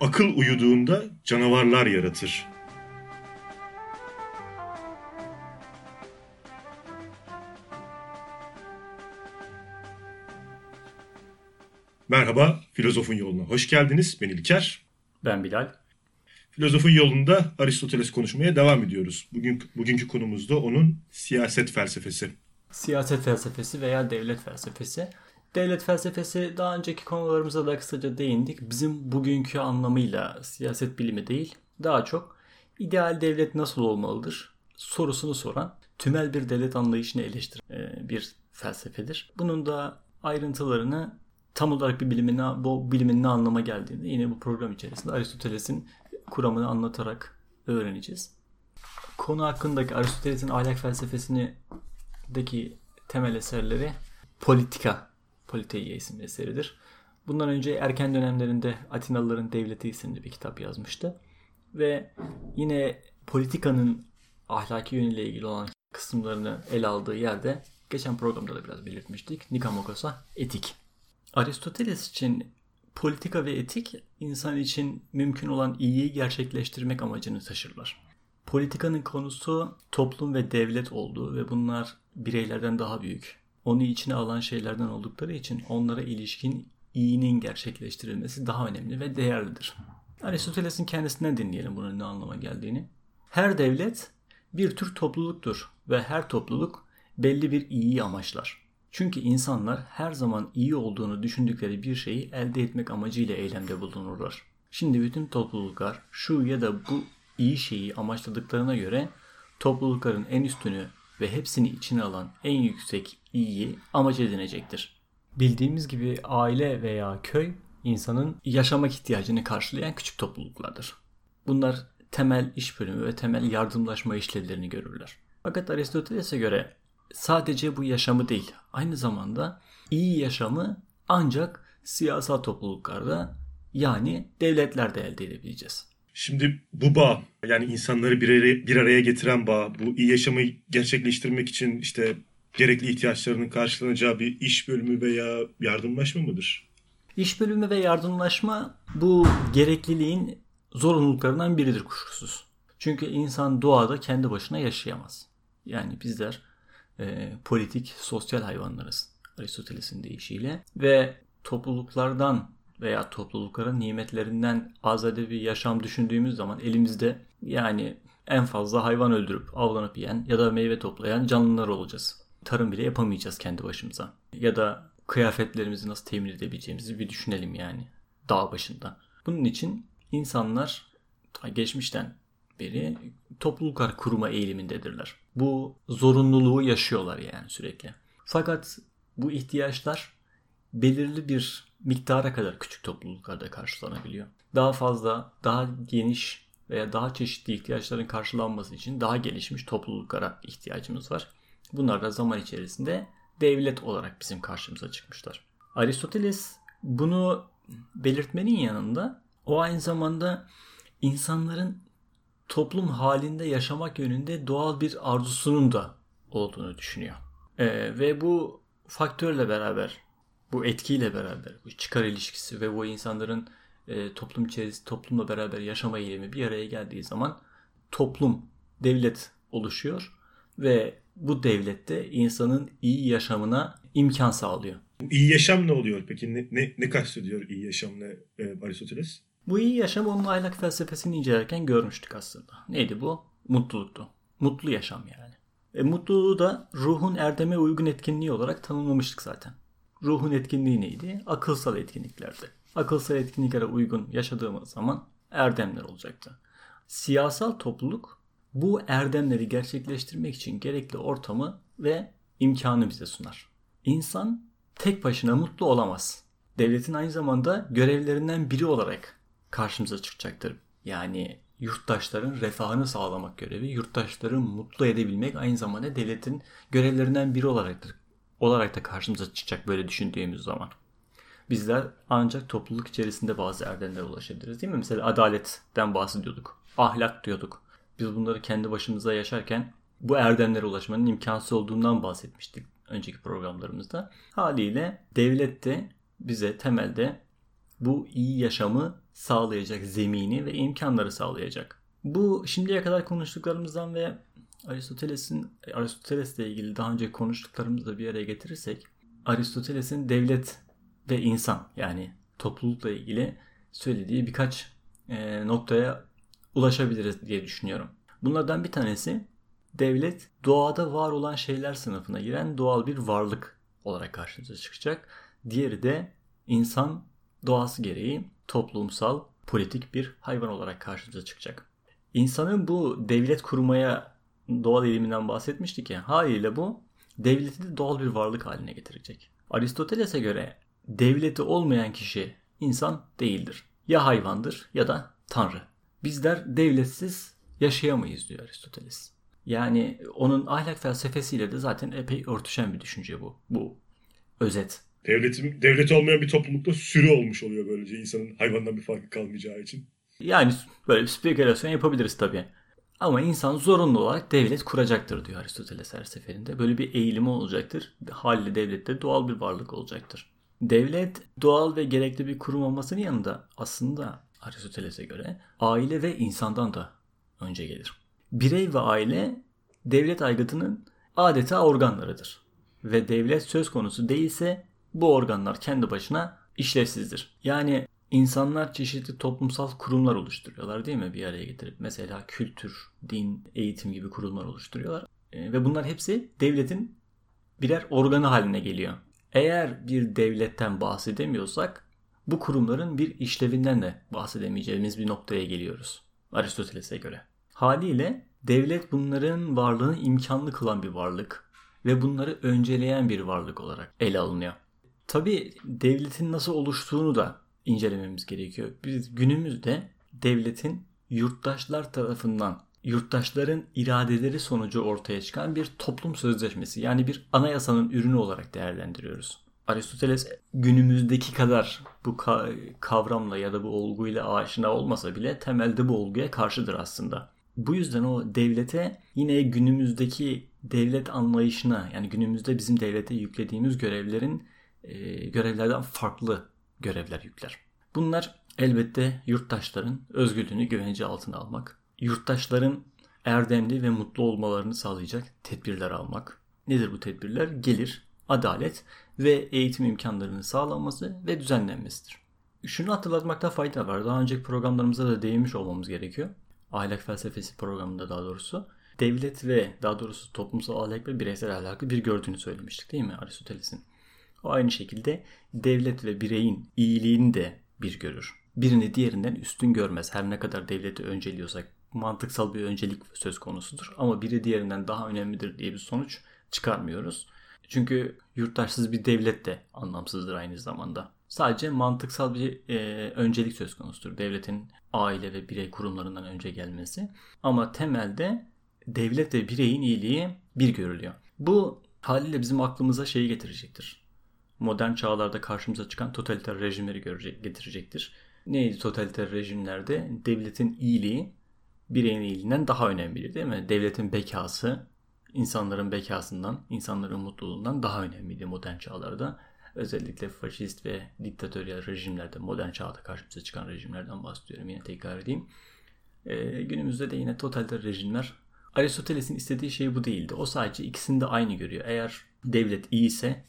Akıl uyuduğunda canavarlar yaratır. Merhaba, Filozofun Yoluna hoş geldiniz. Ben İlker. Ben Bilal. Filozofun Yolunda Aristoteles konuşmaya devam ediyoruz. Bugünkü konumuz da onun siyaset felsefesi. Siyaset felsefesi veya devlet felsefesi. Devlet felsefesi daha önceki konularımıza da kısaca değindik. Bizim bugünkü anlamıyla siyaset bilimi değil, daha çok ideal devlet nasıl olmalıdır sorusunu soran, tümel bir devlet anlayışını eleştiren bir felsefedir. Bunun da ayrıntılarını tam olarak bu bilimin ne anlama geldiğini yine bu program içerisinde Aristoteles'in kuramını anlatarak öğreneceğiz. Konu hakkındaki Aristoteles'in ahlak felsefesindeki temel eserleri Politeia isimli eseridir. Bundan önce erken dönemlerinde Atinalıların Devleti isimli bir kitap yazmıştı. Ve yine politikanın ahlaki yönüyle ilgili olan kısımlarını ele aldığı yerde geçen programda da biraz belirtmiştik. Nikamokos'a etik. Aristoteles için politika ve etik insan için mümkün olan iyiyi gerçekleştirmek amacını taşırlar. Politikanın konusu toplum ve devlet olduğu ve bunlar bireylerden daha büyük. Onu içine alan şeylerden oldukları için onlara ilişkin iyinin gerçekleştirilmesi daha önemli ve değerlidir. Aristoteles'in kendisinden dinleyelim bunun ne anlama geldiğini. Her devlet bir tür topluluktur ve her topluluk belli bir iyiyi amaçlar. Çünkü insanlar her zaman iyi olduğunu düşündükleri bir şeyi elde etmek amacıyla eylemde bulunurlar. Şimdi bütün topluluklar şu ya da bu iyi şeyi amaçladıklarına göre toplulukların en üstünü ve hepsini içine alan en yüksek iyiyi amaç edinecektir. Bildiğimiz gibi aile veya köy insanın yaşamak ihtiyacını karşılayan küçük topluluklardır. Bunlar temel iş bölümü ve temel yardımlaşma işlevlerini görürler. Fakat Aristoteles'e göre sadece bu yaşamı değil, aynı zamanda iyi yaşamı ancak siyasal topluluklarda yani devletlerde elde edebileceğiz. Şimdi bu bağ, yani insanları bir araya getiren bağ, bu iyi yaşamı gerçekleştirmek için işte gerekli ihtiyaçlarının karşılanacağı bir iş bölümü veya yardımlaşma mıdır? İş bölümü ve yardımlaşma bu gerekliliğin zorunluluklarından biridir kuşkusuz. Çünkü insan doğada kendi başına yaşayamaz. Yani bizler politik, sosyal hayvanlarız Aristoteles'in deyişiyle ve topluluklardan veya toplulukların nimetlerinden azade bir yaşam düşündüğümüz zaman elimizde yani en fazla hayvan öldürüp avlanıp yiyen ya da meyve toplayan canlılar olacağız. Tarım bile yapamayacağız kendi başımıza. Ya da kıyafetlerimizi nasıl temin edebileceğimizi bir düşünelim yani dağ başında. Bunun için insanlar geçmişten beri topluluklar kurma eğilimindedirler. Bu zorunluluğu yaşıyorlar yani sürekli. Fakat bu ihtiyaçlar belirli bir miktara kadar küçük topluluklarda karşılanabiliyor. Daha fazla, daha geniş veya daha çeşitli ihtiyaçların karşılanması için daha gelişmiş topluluklara ihtiyacımız var. Bunlar da zaman içerisinde devlet olarak bizim karşımıza çıkmışlar. Aristoteles bunu belirtmenin yanında o aynı zamanda insanların toplum halinde yaşamak yönünde doğal bir arzusunun da olduğunu düşünüyor. Ve bu faktörle beraber, bu etkiyle beraber, bu çıkar ilişkisi ve bu insanların toplumla beraber yaşama eğilimi bir araya geldiği zaman toplum, devlet oluşuyor ve bu devlette insanın iyi yaşamına imkan sağlıyor. İyi yaşam ne oluyor peki? Ne kastediyor iyi yaşamla Aristoteles? Bu iyi yaşam onun ahlak felsefesini incelerken görmüştük aslında. Neydi bu? Mutluluktu. Mutlu yaşam yani. Mutluluğu da ruhun erdeme uygun etkinliği olarak tanımlamıştık zaten. Ruhun etkinliği neydi? Akılsal etkinliklerdi. Akılsal etkinliklere uygun yaşadığımız zaman erdemler olacaktı. Siyasal topluluk bu erdemleri gerçekleştirmek için gerekli ortamı ve imkanı bize sunar. İnsan tek başına mutlu olamaz. Devletin aynı zamanda görevlerinden biri olarak karşımıza çıkacaktır. Yani yurttaşların refahını sağlamak görevi, yurttaşları mutlu edebilmek aynı zamanda devletin görevlerinden biri olarak da karşımıza çıkacak böyle düşündüğümüz zaman. Bizler ancak topluluk içerisinde bazı erdemlere ulaşabiliriz değil mi? Mesela adaletten bahsediyorduk, ahlak diyorduk. Biz bunları kendi başımıza yaşarken bu erdemlere ulaşmanın imkansız olduğundan bahsetmiştik önceki programlarımızda. Haliyle devlet de bize temelde bu iyi yaşamı sağlayacak zemini ve imkanları sağlayacak. Bu şimdiye kadar konuştuklarımızdan ve Aristoteles'le ilgili daha önce konuştuklarımızı da bir araya getirirsek, Aristoteles'in devlet ve insan, yani toplulukla ilgili söylediği birkaç noktaya ulaşabiliriz diye düşünüyorum. Bunlardan bir tanesi, devlet doğada var olan şeyler sınıfına giren doğal bir varlık olarak karşımıza çıkacak. Diğeri de insan doğası gereği toplumsal, politik bir hayvan olarak karşımıza çıkacak. İnsanın bu devlet kurmaya doğal eğiliminden bahsetmiştik ya, haliyle bu devleti de doğal bir varlık haline getirecek. Aristoteles'e göre devleti olmayan kişi insan değildir. Ya hayvandır ya da tanrı. Bizler devletsiz yaşayamayız diyor Aristoteles. Yani onun ahlak felsefesiyle de zaten epey örtüşen bir düşünce bu. Bu özet. Devleti olmayan bir toplulukta sürü olmuş oluyor böylece, insanın hayvandan bir farkı kalmayacağı için. Yani böyle bir spekülasyon yapabiliriz tabii. Ama insan zorunlu olarak devlet kuracaktır diyor Aristoteles her seferinde. Böyle bir eğilimi olacaktır. Haliyle devlet de doğal bir varlık olacaktır. Devlet doğal ve gerekli bir kurum olmasının yanında aslında Aristoteles'e göre aile ve insandan da önce gelir. Birey ve aile devlet aygıtının adeta organlarıdır. Ve devlet söz konusu değilse bu organlar kendi başına işlevsizdir. Yani insanlar çeşitli toplumsal kurumlar oluşturuyorlar değil mi, bir araya getirip? Mesela kültür, din, eğitim gibi kurumlar oluşturuyorlar. Ve bunlar hepsi devletin birer organı haline geliyor. Eğer bir devletten bahsedemiyorsak bu kurumların bir işlevinden de bahsedemeyeceğimiz bir noktaya geliyoruz Aristoteles'e göre. Haliyle devlet bunların varlığını imkanlı kılan bir varlık ve bunları önceleyen bir varlık olarak ele alınıyor. Tabii devletin nasıl oluştuğunu da incelememiz gerekiyor. Biz günümüzde devletin yurttaşlar tarafından, yurttaşların iradeleri sonucu ortaya çıkan bir toplum sözleşmesi, yani bir anayasanın ürünü olarak değerlendiriyoruz. Aristoteles günümüzdeki kadar bu kavramla ya da bu olguyla aşina olmasa bile temelde bu olguya karşıdır aslında. Bu yüzden o devlete yine günümüzdeki devlet anlayışına, yani günümüzde bizim devlete yüklediğimiz görevlerden farklı görevler yükler. Bunlar elbette yurttaşların özgürlüğünü güvence altına almak, yurttaşların erdemli ve mutlu olmalarını sağlayacak tedbirler almak. Nedir bu tedbirler? Gelir, adalet ve eğitim imkanlarının sağlanması ve düzenlenmesidir. Şunu hatırlatmakta fayda var. Daha önceki programlarımızda da değinmiş olmamız gerekiyor. Ahlak felsefesi programında daha doğrusu. Devlet ve daha doğrusu toplumsal ahlak ve bireysel ahlakı bir gördüğünü söylemiştik değil mi Aristoteles'in? O aynı şekilde devlet ve bireyin iyiliğini de bir görür. Birini diğerinden üstün görmez. Her ne kadar devleti önceliyorsak mantıksal bir öncelik söz konusudur. Ama biri diğerinden daha önemlidir diye bir sonuç çıkarmıyoruz. Çünkü yurttaşsız bir devlet de anlamsızdır aynı zamanda. Sadece mantıksal bir öncelik söz konusudur. Devletin aile ve birey kurumlarından önce gelmesi. Ama temelde devlet ve bireyin iyiliği bir görülüyor. Bu haliyle bizim aklımıza şeyi getirecektir. Modern çağlarda karşımıza çıkan totaliter rejimleri getirecektir. Neydi totaliter rejimlerde? Devletin iyiliği bireyin iyiliğinden daha önemlidir değil mi? Devletin bekası insanların bekasından, insanların mutluluğundan daha önemliydi modern çağlarda. Özellikle faşist ve diktatöryal rejimlerde, modern çağda karşımıza çıkan rejimlerden bahsediyorum. Yine tekrar edeyim. Günümüzde de yine totaliter rejimler. Aristoteles'in istediği şey bu değildi. O sadece ikisini de aynı görüyor. Eğer devlet iyi ise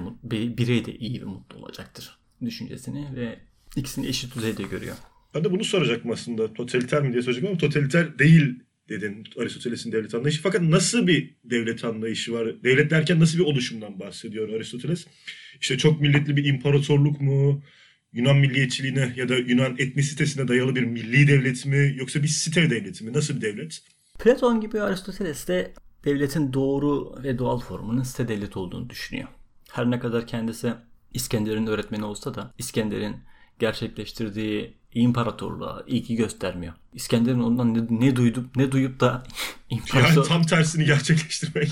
birey de iyi ve mutlu olacaktır düşüncesini ve ikisini eşit düzeyde görüyor. Ben de bunu soracaktım aslında. Totaliter mi diye soracaktım ama totaliter değil dedin Aristoteles'in devlet anlayışı. Fakat nasıl bir devlet anlayışı var? Devlet derken nasıl bir oluşumdan bahsediyor Aristoteles? İşte çok milletli bir imparatorluk mu? Yunan milliyetçiliğine ya da Yunan etnisitesine dayalı bir milli devlet mi? Yoksa bir site devleti mi? Nasıl bir devlet? Platon gibi Aristoteles de devletin doğru ve doğal formunun site devlet olduğunu düşünüyor. Her ne kadar kendisi İskender'in öğretmeni olsa da İskender'in gerçekleştirdiği imparatorluğa ilgi göstermiyor. İskender'in ondan ne duyup da imparator... Yani tam tersini gerçekleştirmek.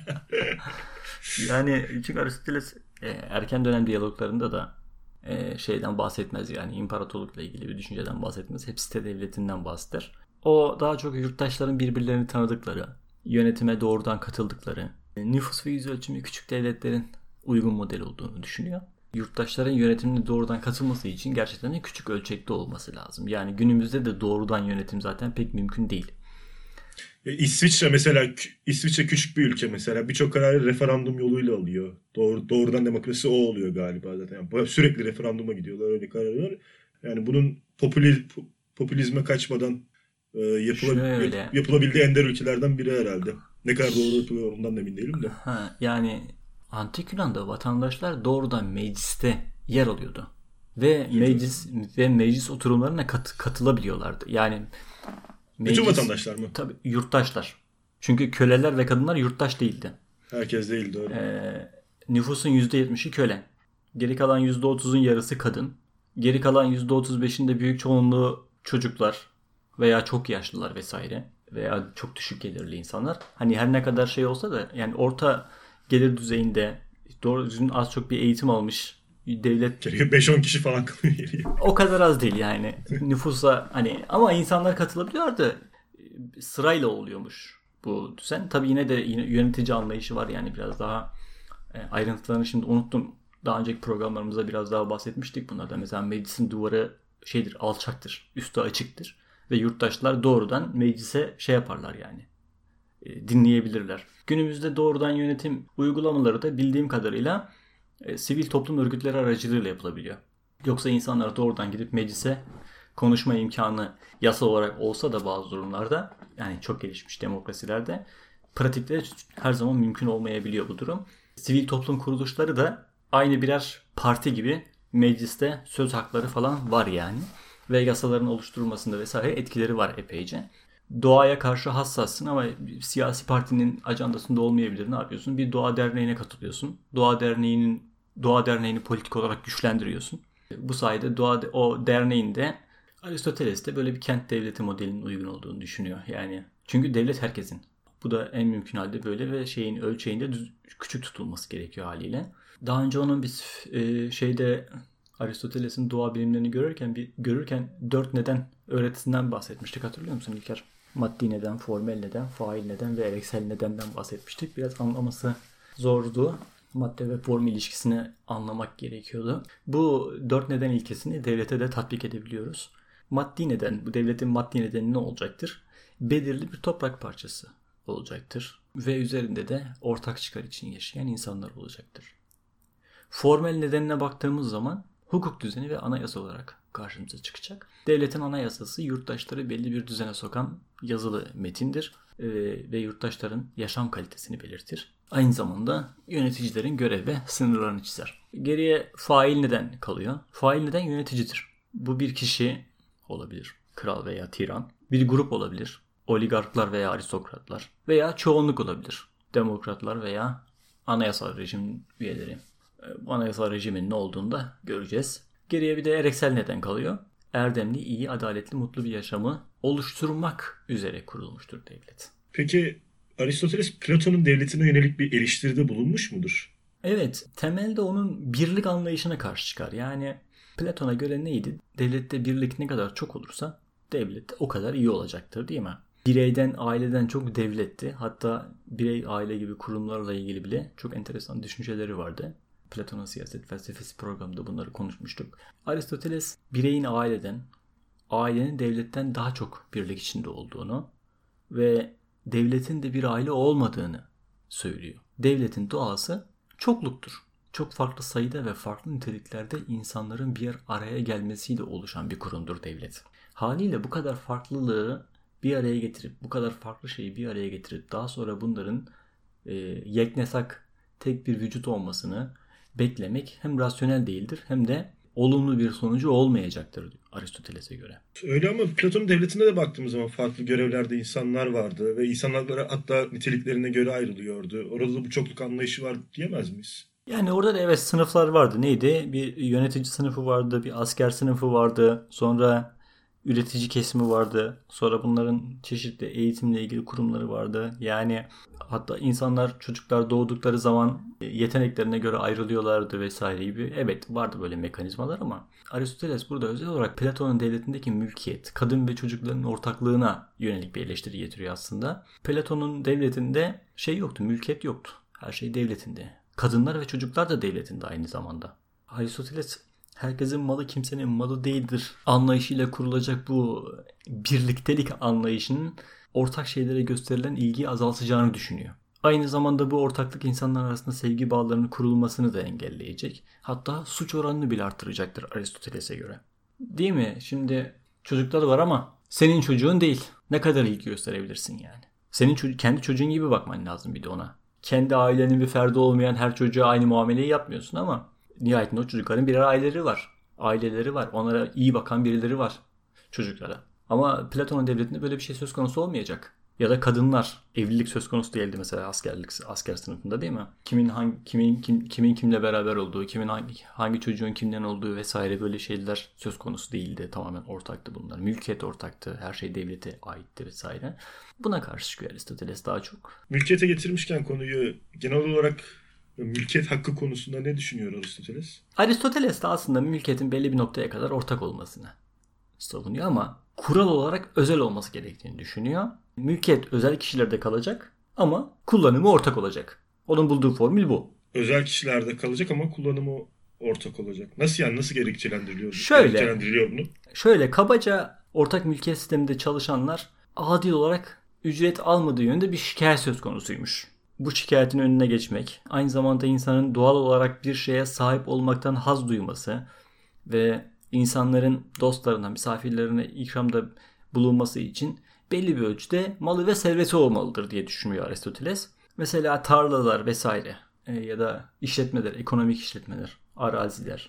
Yani çünkü Aristoteles erken dönem diyaloglarında da şeyden bahsetmez, yani imparatorlukla ilgili bir düşünceden bahsetmez. Hep site devletinden bahseder. O daha çok yurttaşların birbirlerini tanıdıkları, yönetime doğrudan katıldıkları, nüfus ve yüz ölçümü küçük devletlerin uygun model olduğunu düşünüyor. yurttaşların yönetimine doğrudan katılması için gerçekten de küçük ölçekte olması lazım. Yani günümüzde de doğrudan yönetim zaten pek mümkün değil. İsviçre mesela, İsviçre küçük bir ülke mesela, birçok kararı referandum yoluyla alıyor. Doğrudan demokrasi o oluyor galiba zaten. Yani sürekli referanduma gidiyorlar, öyle kararlar. Yani bunun popülizme kaçmadan Şöyle. yapılabildiği ender ülkelerden biri herhalde. Ne kadar doğru yapılıyor ondan da emin değilim de. Yani Antik Yunan'da vatandaşlar doğrudan mecliste yer alıyordu. Ve meclis oturumlarına katılabiliyorlardı. Yani bütün vatandaşlar mı? Tabii yurttaşlar. Çünkü köleler ve kadınlar yurttaş değildi. Herkes değil, doğru. Nüfusun %70'i köle. Geri kalan %30'un yarısı kadın. Geri kalan %35'inde büyük çoğunluğu çocuklar veya çok yaşlılar vesaire veya çok düşük gelirli insanlar. Hani her ne kadar şey olsa da yani orta gelir düzeyinde doğru düzgün az çok bir eğitim almış devlet 5-10 kişi falan kalıyor geriye. O kadar az değil yani. Nüfusa hani ama insanlar katılabiliyordu. Sırayla oluyormuş bu düzen. Tabii yine de yönetici anlayışı var yani biraz daha ayrıntılarını şimdi unuttum. Daha önceki programlarımızda biraz daha bahsetmiştik bunlardan. Mesela meclisin duvarı alçaktır, üstü açıktır ve yurttaşlar doğrudan meclise yaparlar yani. Dinleyebilirler. Günümüzde doğrudan yönetim uygulamaları da bildiğim kadarıyla sivil toplum örgütleri aracılığıyla yapılabiliyor. Yoksa insanlar doğrudan gidip meclise konuşma imkanı yasal olarak olsa da bazı durumlarda yani çok gelişmiş demokrasilerde pratikte her zaman mümkün olmayabiliyor bu durum. Sivil toplum kuruluşları da aynı birer parti gibi mecliste söz hakları falan var yani. Ve yasaların oluşturulmasında vesaire etkileri var epeyce. Doğaya karşı hassassın ama siyasi partinin ajandasında olmayabilir. Ne yapıyorsun? Bir doğa derneğine katılıyorsun. Doğa derneğini politik olarak güçlendiriyorsun. Bu sayede o derneğin de Aristoteles de böyle bir kent devleti modelinin uygun olduğunu düşünüyor. Yani çünkü devlet herkesin. Bu da en mümkün halde böyle ve ölçeğinde küçük tutulması gerekiyor haliyle. Daha önce onun biz Aristoteles'in doğa bilimlerini görürken 4 neden öğretisinden bahsetmiştik. Hatırlıyor musun İlker? Maddi neden, formel neden, fail neden ve ereksel nedenden bahsetmiştik. Biraz anlaması zordu. Madde ve form ilişkisini anlamak gerekiyordu. Bu 4 neden ilkesini devlete de tatbik edebiliyoruz. Maddi neden, bu devletin maddi nedeni ne olacaktır? Belirli bir toprak parçası olacaktır. Ve üzerinde de ortak çıkar için yaşayan insanlar olacaktır. Formel nedenine baktığımız zaman hukuk düzeni ve anayasa olarak karşımıza çıkacak. Devletin anayasası yurttaşları belli bir düzene sokan yazılı metindir ve yurttaşların yaşam kalitesini belirtir. Aynı zamanda yöneticilerin görev ve sınırlarını çizer. Geriye fail neden kalıyor. Fail neden yöneticidir. Bu bir kişi olabilir, kral veya tiran. Bir grup olabilir, oligarklar veya aristokratlar veya çoğunluk olabilir, demokratlar veya anayasal rejim üyeleri. Anayasal rejimin ne olduğunu da göreceğiz. Geriye bir de ereksel neden kalıyor. Erdemli, iyi, adaletli, mutlu bir yaşamı oluşturmak üzere kurulmuştur devlet. Peki Aristoteles Platon'un devletine yönelik bir eleştiride bulunmuş mudur? Evet, temelde onun birlik anlayışına karşı çıkar. Yani Platon'a göre neydi? Devlette birlik ne kadar çok olursa devlet o kadar iyi olacaktır, değil mi? Bireyden, aileden çok devletti. Hatta birey, aile gibi kurumlarla ilgili bile çok enteresan düşünceleri vardı. Platon'un siyaset felsefesi programında bunları konuşmuştuk. Aristoteles bireyin ailenin devletten daha çok birlik içinde olduğunu ve devletin de bir aile olmadığını söylüyor. Devletin doğası çokluktur. Çok farklı sayıda ve farklı niteliklerde insanların bir araya gelmesiyle oluşan bir kurumdur devlet. Haliyle bu kadar farklılığı bir araya getirip, bu kadar farklı şeyi bir araya getirip daha sonra bunların yeknesak tek bir vücut olmasını beklemek hem rasyonel değildir hem de olumlu bir sonucu olmayacaktır Aristoteles'e göre. Öyle ama Platon'un devletine de baktığımız zaman farklı görevlerde insanlar vardı ve insanlar hatta niteliklerine göre ayrılıyordu. Orada da bu çokluk anlayışı var diyemez miyiz? Yani orada da evet sınıflar vardı. Neydi? Bir yönetici sınıfı vardı, bir asker sınıfı vardı. Sonra üretici kesimi vardı. Sonra bunların çeşitli eğitimle ilgili kurumları vardı. Yani hatta çocuklar doğdukları zaman yeteneklerine göre ayrılıyorlardı vesaire gibi. Evet vardı böyle mekanizmalar ama Aristoteles burada özel olarak Platon'un devletindeki mülkiyet, kadın ve çocukların ortaklığına yönelik bir eleştiri getiriyor aslında. Platon'un devletinde yoktu, mülkiyet yoktu. Her şey devletinde. Kadınlar ve çocuklar da devletinde aynı zamanda. Aristoteles herkesin malı kimsenin malı değildir anlayışıyla kurulacak bu birliktelik anlayışının ortak şeylere gösterilen ilgiyi azaltacağını düşünüyor. Aynı zamanda bu ortaklık insanlar arasında sevgi bağlarının kurulmasını da engelleyecek. Hatta suç oranını bile arttıracaktır Aristoteles'e göre. Değil mi? Şimdi çocuklar var ama senin çocuğun değil. Ne kadar ilgi gösterebilirsin yani? Senin kendi çocuğun gibi bakman lazım bir de ona. Kendi ailenin bir ferdi olmayan her çocuğa aynı muameleyi yapmıyorsun ama nihayetinde o çocukların birer aileleri var. Aileleri var. Onlara iyi bakan birileri var çocuklara. Ama Platon'un devletinde böyle bir şey söz konusu olmayacak. Ya da kadınlar, evlilik söz konusu değildi mesela asker sınıfında, değil mi? Kimin kimle beraber olduğu, kimin hangi çocuğun kimden olduğu vesaire böyle şeyler söz konusu değildi. Tamamen ortaktı bunlar. Mülkiyet ortaktı. Her şey devlete aitti vesaire. Buna karşı çıkıyor Aristoteles daha çok. Mülkiyete getirmişken konuyu, genel olarak mülkiyet hakkı konusunda ne düşünüyor Aristoteles? Aristoteles de aslında mülkiyetin belli bir noktaya kadar ortak olmasını savunuyor ama kural olarak özel olması gerektiğini düşünüyor. Mülkiyet özel kişilerde kalacak ama kullanımı ortak olacak. Onun bulduğu formül bu. Özel kişilerde kalacak ama kullanımı ortak olacak. Nasıl yani? Nasıl gerekçelendiriliyor? Bunu? Şöyle kabaca ortak mülkiyet sisteminde çalışanlar adil olarak ücret almadığı yönde bir şikayet söz konusuymuş. Bu şikayetin önüne geçmek, aynı zamanda insanın doğal olarak bir şeye sahip olmaktan haz duyması ve insanların dostlarına, misafirlerine ikramda bulunması için belli bir ölçüde malı ve serveti olmalıdır diye düşünüyor Aristoteles. Mesela tarlalar vesaire ya da işletmeler, ekonomik işletmeler, araziler,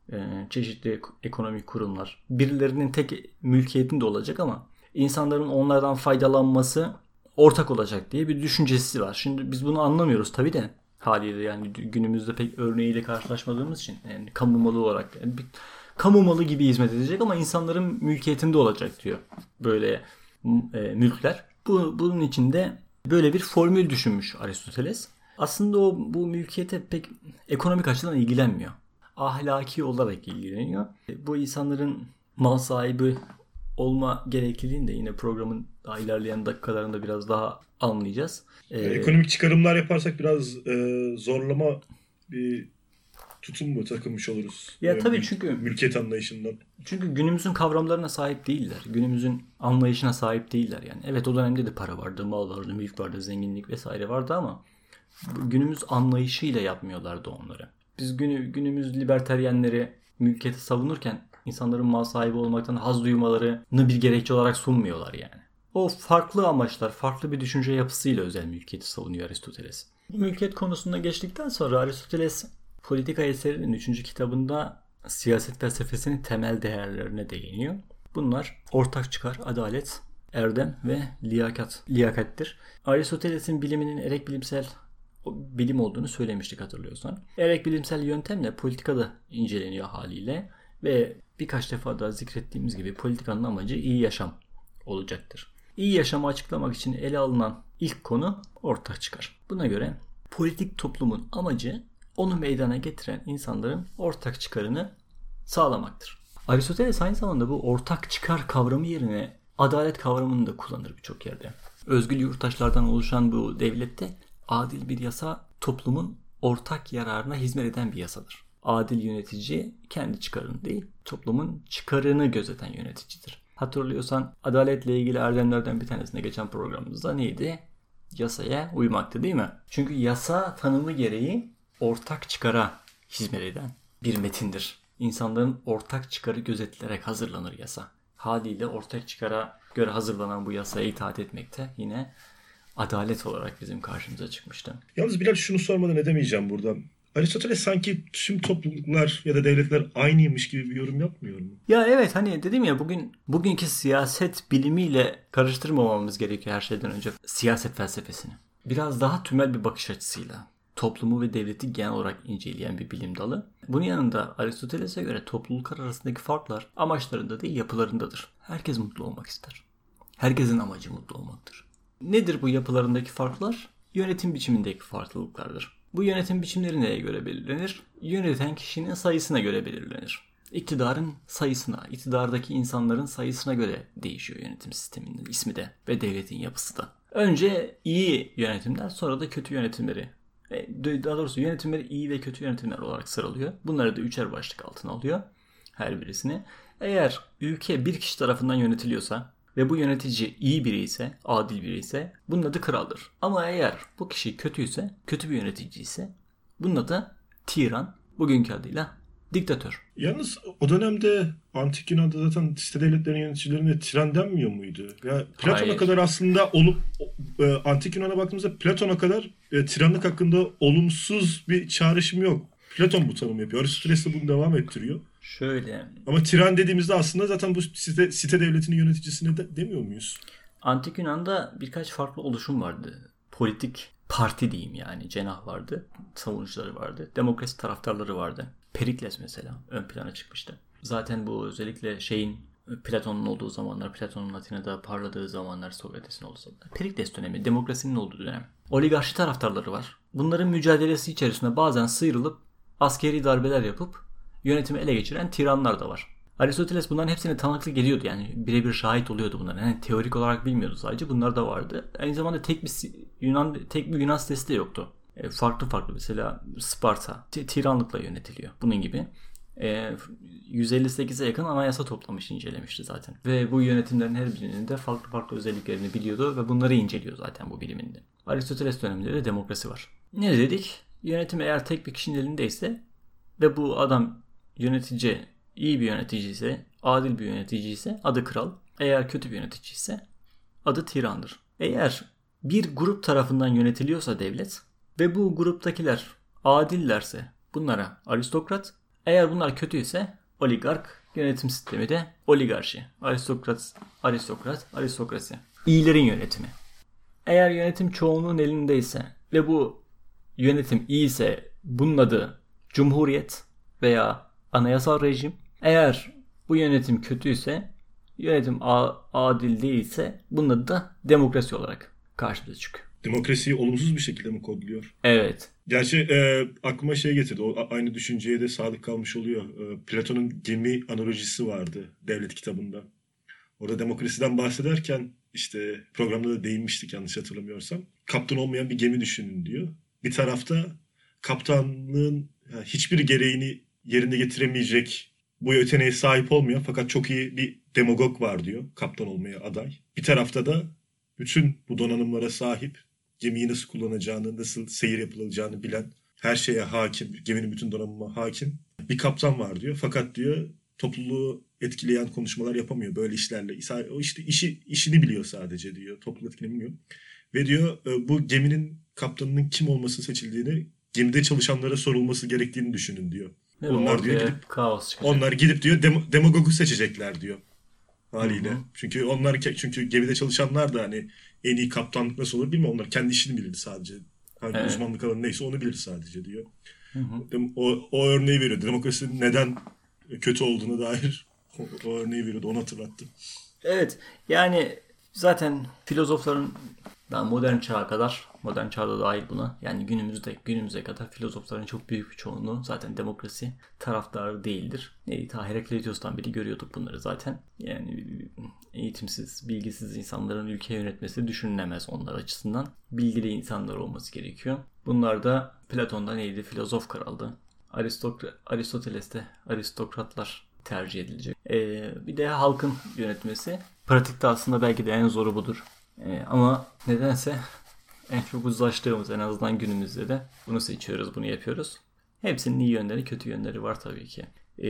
çeşitli ekonomik kurumlar birilerinin tek mülkiyetinde olacak ama insanların onlardan faydalanması ortak olacak diye bir düşüncesi var. Şimdi biz bunu anlamıyoruz tabii de haliyle, yani günümüzde pek örneğiyle karşılaşmadığımız için yani kamu malı olarak yani kamu malı gibi hizmet edecek ama insanların mülkiyetinde olacak diyor böyle mülkler. Bunun içinde böyle bir formül düşünmüş Aristoteles. Aslında bu mülkiyete pek ekonomik açıdan ilgilenmiyor. Ahlaki olarak ilgileniyor. Bu insanların mal sahibi olma gerekliliğini de yine programın daha ilerleyen dakikalarında biraz daha anlayacağız. Ekonomik çıkarımlar yaparsak biraz zorlama bir tutum mu takılmış oluruz? Ya tabii çünkü mülkiyet anlayışından. Çünkü günümüzün kavramlarına sahip değiller. Günümüzün anlayışına sahip değiller yani. Evet, o dönemde de para vardı, mal vardı, mülk vardı, zenginlik vesaire vardı ama günümüz anlayışıyla yapmıyorlardı onları. Biz günümüz liberteryenleri mülkiyeti savunurken insanların mal sahibi olmaktan haz duymalarını bir gerekçe olarak sunmuyorlar yani. O farklı amaçlar, farklı bir düşünce yapısıyla özel mülkiyeti savunuyor Aristoteles. Bu mülkiyet konusunda geçtikten sonra Aristoteles Politika eserinin 3. kitabında siyaset felsefesinin temel değerlerine değiniyor. Bunlar ortak çıkar, adalet, erdem ve liyakattir. Aristoteles'in biliminin erek bilimsel bilim olduğunu söylemiştik hatırlıyorsan. Erek bilimsel yöntemle politika da inceleniyor haliyle ve birkaç defa da zikrettiğimiz gibi politikanın amacı iyi yaşam olacaktır. İyi yaşamı açıklamak için ele alınan ilk konu ortak çıkar. Buna göre politik toplumun amacı onu meydana getiren insanların ortak çıkarını sağlamaktır. Aristoteles aynı zamanda bu ortak çıkar kavramı yerine adalet kavramını da kullanır birçok yerde. Özgür yurttaşlardan oluşan bu devlette adil bir yasa toplumun ortak yararına hizmet eden bir yasadır. Adil yönetici kendi çıkarını değil, toplumun çıkarını gözeten yöneticidir. Hatırlıyorsan adaletle ilgili erdemlerden bir tanesine geçen programımızda neydi? Yasaya uymaktı, değil mi? Çünkü yasa tanımı gereği ortak çıkara hizmet eden bir metindir. İnsanların ortak çıkarı gözetilerek hazırlanır yasa. Haliyle ortak çıkara göre hazırlanan bu yasaya itaat etmekte yine adalet olarak bizim karşımıza çıkmıştı. Yalnız Bilal, şunu sormadan edemeyeceğim burada. Aristoteles sanki tüm topluluklar ya da devletler aynıymış gibi bir yorum yapmıyor mu? Ya evet, hani dedim ya bugünkü siyaset bilimiyle karıştırmamamız gerekiyor her şeyden önce siyaset felsefesini. Biraz daha tümel bir bakış açısıyla toplumu ve devleti genel olarak inceleyen bir bilim dalı. Bunun yanında Aristoteles'e göre topluluklar arasındaki farklar amaçlarında değil yapılarındadır. Herkes mutlu olmak ister. Herkesin amacı mutlu olmaktır. Nedir bu yapılarındaki farklar? Yönetim biçimindeki farklılıklardır. Bu yönetim biçimleri neye göre belirlenir? Yöneten kişinin sayısına göre belirlenir. İktidarın sayısına, iktidardaki insanların sayısına göre değişiyor yönetim sisteminin ismi de ve devletin yapısı da. Önce iyi yönetimler, sonra da kötü yönetimleri Daha doğrusu yönetimleri iyi ve kötü yönetimler olarak sıralıyor. Bunları da üçer başlık altına alıyor her birisini. Eğer ülke bir kişi tarafından yönetiliyorsa ve bu yönetici iyi biri ise, adil biri ise bunun adı kraldır. Ama eğer bu kişi kötüyse, kötü bir yönetici ise bunun adı tiran, bugünkü adıyla diktatör. Yalnız o dönemde Antik Yunan'da zaten site devletlerin yöneticilerine tiran denmiyor muydu? Ya Platon'a Hayır. kadar aslında Antik Yunan'a baktığımızda Platon'a kadar tiranlık hakkında olumsuz bir çağrışım yok. Platon bu tanımı yapıyor. Aristoteles de bunu devam ettiriyor. Şöyle, Ama tiran dediğimizde aslında zaten bu site devletinin yöneticisine demiyor muyuz? Antik Yunan'da birkaç farklı oluşum vardı. Politik parti diyeyim yani. Cenah vardı. Savunucuları vardı. Demokrasi taraftarları vardı. Perikles mesela ön plana çıkmıştı. Zaten bu özellikle Platon'un olduğu zamanlar, Platon'un Atina'da parladığı zamanlar, Sokrates'in olduğu zamanlar. Perikles dönemi, demokrasinin olduğu dönem. Oligarşi taraftarları var. Bunların mücadelesi içerisinde bazen sıyrılıp askeri darbeler yapıp yönetimi ele geçiren tiranlar da var. Aristoteles bunların hepsine tanıklık ediyordu, yani birebir şahit oluyordu bunların. Yani teorik olarak bilmiyordu sadece, bunlar da vardı. Aynı zamanda tek bir Yunan sitesi de yoktu. Farklı mesela Sparta tiranlıkla yönetiliyor. Bunun gibi 158'e yakın anayasa toplamış, incelemişti zaten. Ve bu yönetimlerin her birinin de farklı özelliklerini biliyordu ve bunları inceliyor zaten bu biliminde. Aristoteles döneminde de demokrasi var. Ne dedik? Yönetim eğer tek bir kişinin elindeyse ve bu adam yönetici, iyi bir yönetici ise, adil bir yönetici ise adı kral. Eğer kötü bir yönetici ise adı tirandır. Eğer bir grup tarafından yönetiliyorsa devlet ve bu gruptakiler adillerse bunlara aristokrat, eğer bunlar kötüyse oligark, yönetim sistemi de oligarşi. Aristokrasi. İyilerin yönetimi. Eğer yönetim çoğunluğun elindeyse ve bu yönetim iyiyse bunun adı cumhuriyet veya anayasal rejim. Eğer bu yönetim kötüyse, yönetim adil değilse bunun adı da demokrasi olarak karşımıza çıkıyor. Demokrasiyi olumsuz bir şekilde mi kodluyor? Evet. Gerçi aklıma getirdi. O aynı düşünceye de sadık kalmış oluyor. Platon'un gemi analojisi vardı devlet kitabında. Orada demokrasiden bahsederken işte programda da değinmiştik yanlış hatırlamıyorsam. Kaptan olmayan bir gemi düşünün diyor. Bir tarafta kaptanlığın hiçbir gereğini yerine getiremeyecek, bu yeteneğe sahip olmayan fakat çok iyi bir demagog var diyor. Kaptan olmaya aday. Bir tarafta da bütün bu donanımlara sahip, gemiyi nasıl kullanacağını, nasıl seyir yapılacağını bilen, her şeye hakim, geminin bütün donanımına hakim bir kaptan var diyor. Fakat diyor topluluğu etkileyen konuşmalar yapamıyor böyle işlerle. O işte işini biliyor sadece diyor. Topluluğu etkilemiyor. Ve diyor bu geminin kaptanının kim olması seçildiğini, gemide çalışanlara sorulması gerektiğini düşünün diyor. Ve Onlar diyor gidip kaos çıkacak. onlar gidip diyor demagogu seçecekler diyor. Haliyle. Hı-hı. Çünkü gemide çalışanlar da hani en iyi kaptanlık nasıl olur bilmiyorum. Onlar kendi işini bilir sadece. Hangi uzmanlık alanı neyse onu bilir sadece diyor. O örneği veriyor. Demokrasinin neden kötü olduğuna dair o örneği veriyordu. Onu hatırlattı. Evet. Yani zaten filozofların modern çağda dahil buna, yani günümüze kadar filozofların çok büyük bir çoğunluğu zaten demokrasi taraftarı değildir. Ta Herakleitos'tan beri görüyorduk bunları zaten. Yani eğitimsiz, bilgisiz insanların ülke yönetmesi düşünülemez onlar açısından. Bilgili insanlar olması gerekiyor. Bunlar da Platon'da filozof kraldı. Aristoteles'te aristokratlar tercih edilecek. Bir de halkın yönetmesi. Pratikte aslında belki de en zoru budur. Ama nedense en çok uzlaştığımız, en azından günümüzde de bunu seçiyoruz, bunu yapıyoruz. Hepsinin iyi yönleri, kötü yönleri var tabii ki.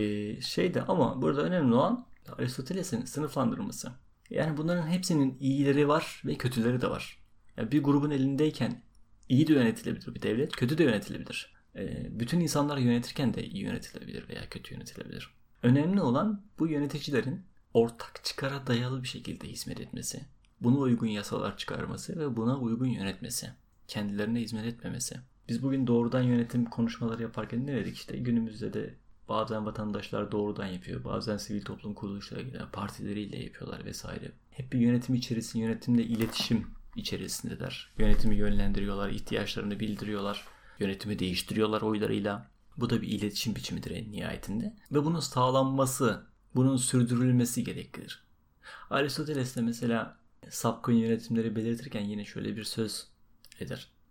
Ama burada önemli olan Aristoteles'in sınıflandırması. Yani bunların hepsinin iyileri var ve kötüleri de var. Yani bir grubun elindeyken iyi de yönetilebilir bir devlet, kötü de yönetilebilir. Bütün insanlar yönetirken de iyi yönetilebilir veya kötü yönetilebilir. Önemli olan bu yöneticilerin ortak çıkara dayalı bir şekilde hizmet etmesi. Buna uygun yasalar çıkarması ve buna uygun yönetmesi. Kendilerine hizmet etmemesi. Biz bugün doğrudan yönetim konuşmaları yaparken ne dedik? İşte günümüzde de bazen vatandaşlar doğrudan yapıyor. Bazen sivil toplum kuruluşlarıyla, partileriyle yapıyorlar vesaire. Hep bir yönetimle iletişim içerisindeler. Yönetimi yönlendiriyorlar, ihtiyaçlarını bildiriyorlar. Yönetimi değiştiriyorlar oylarıyla. Bu da bir iletişim biçimidir en nihayetinde. Ve bunun sağlanması, bunun sürdürülmesi gereklidir. Aristoteles de mesela sapkın yönetimleri belirtirken yine şöyle bir söz eder.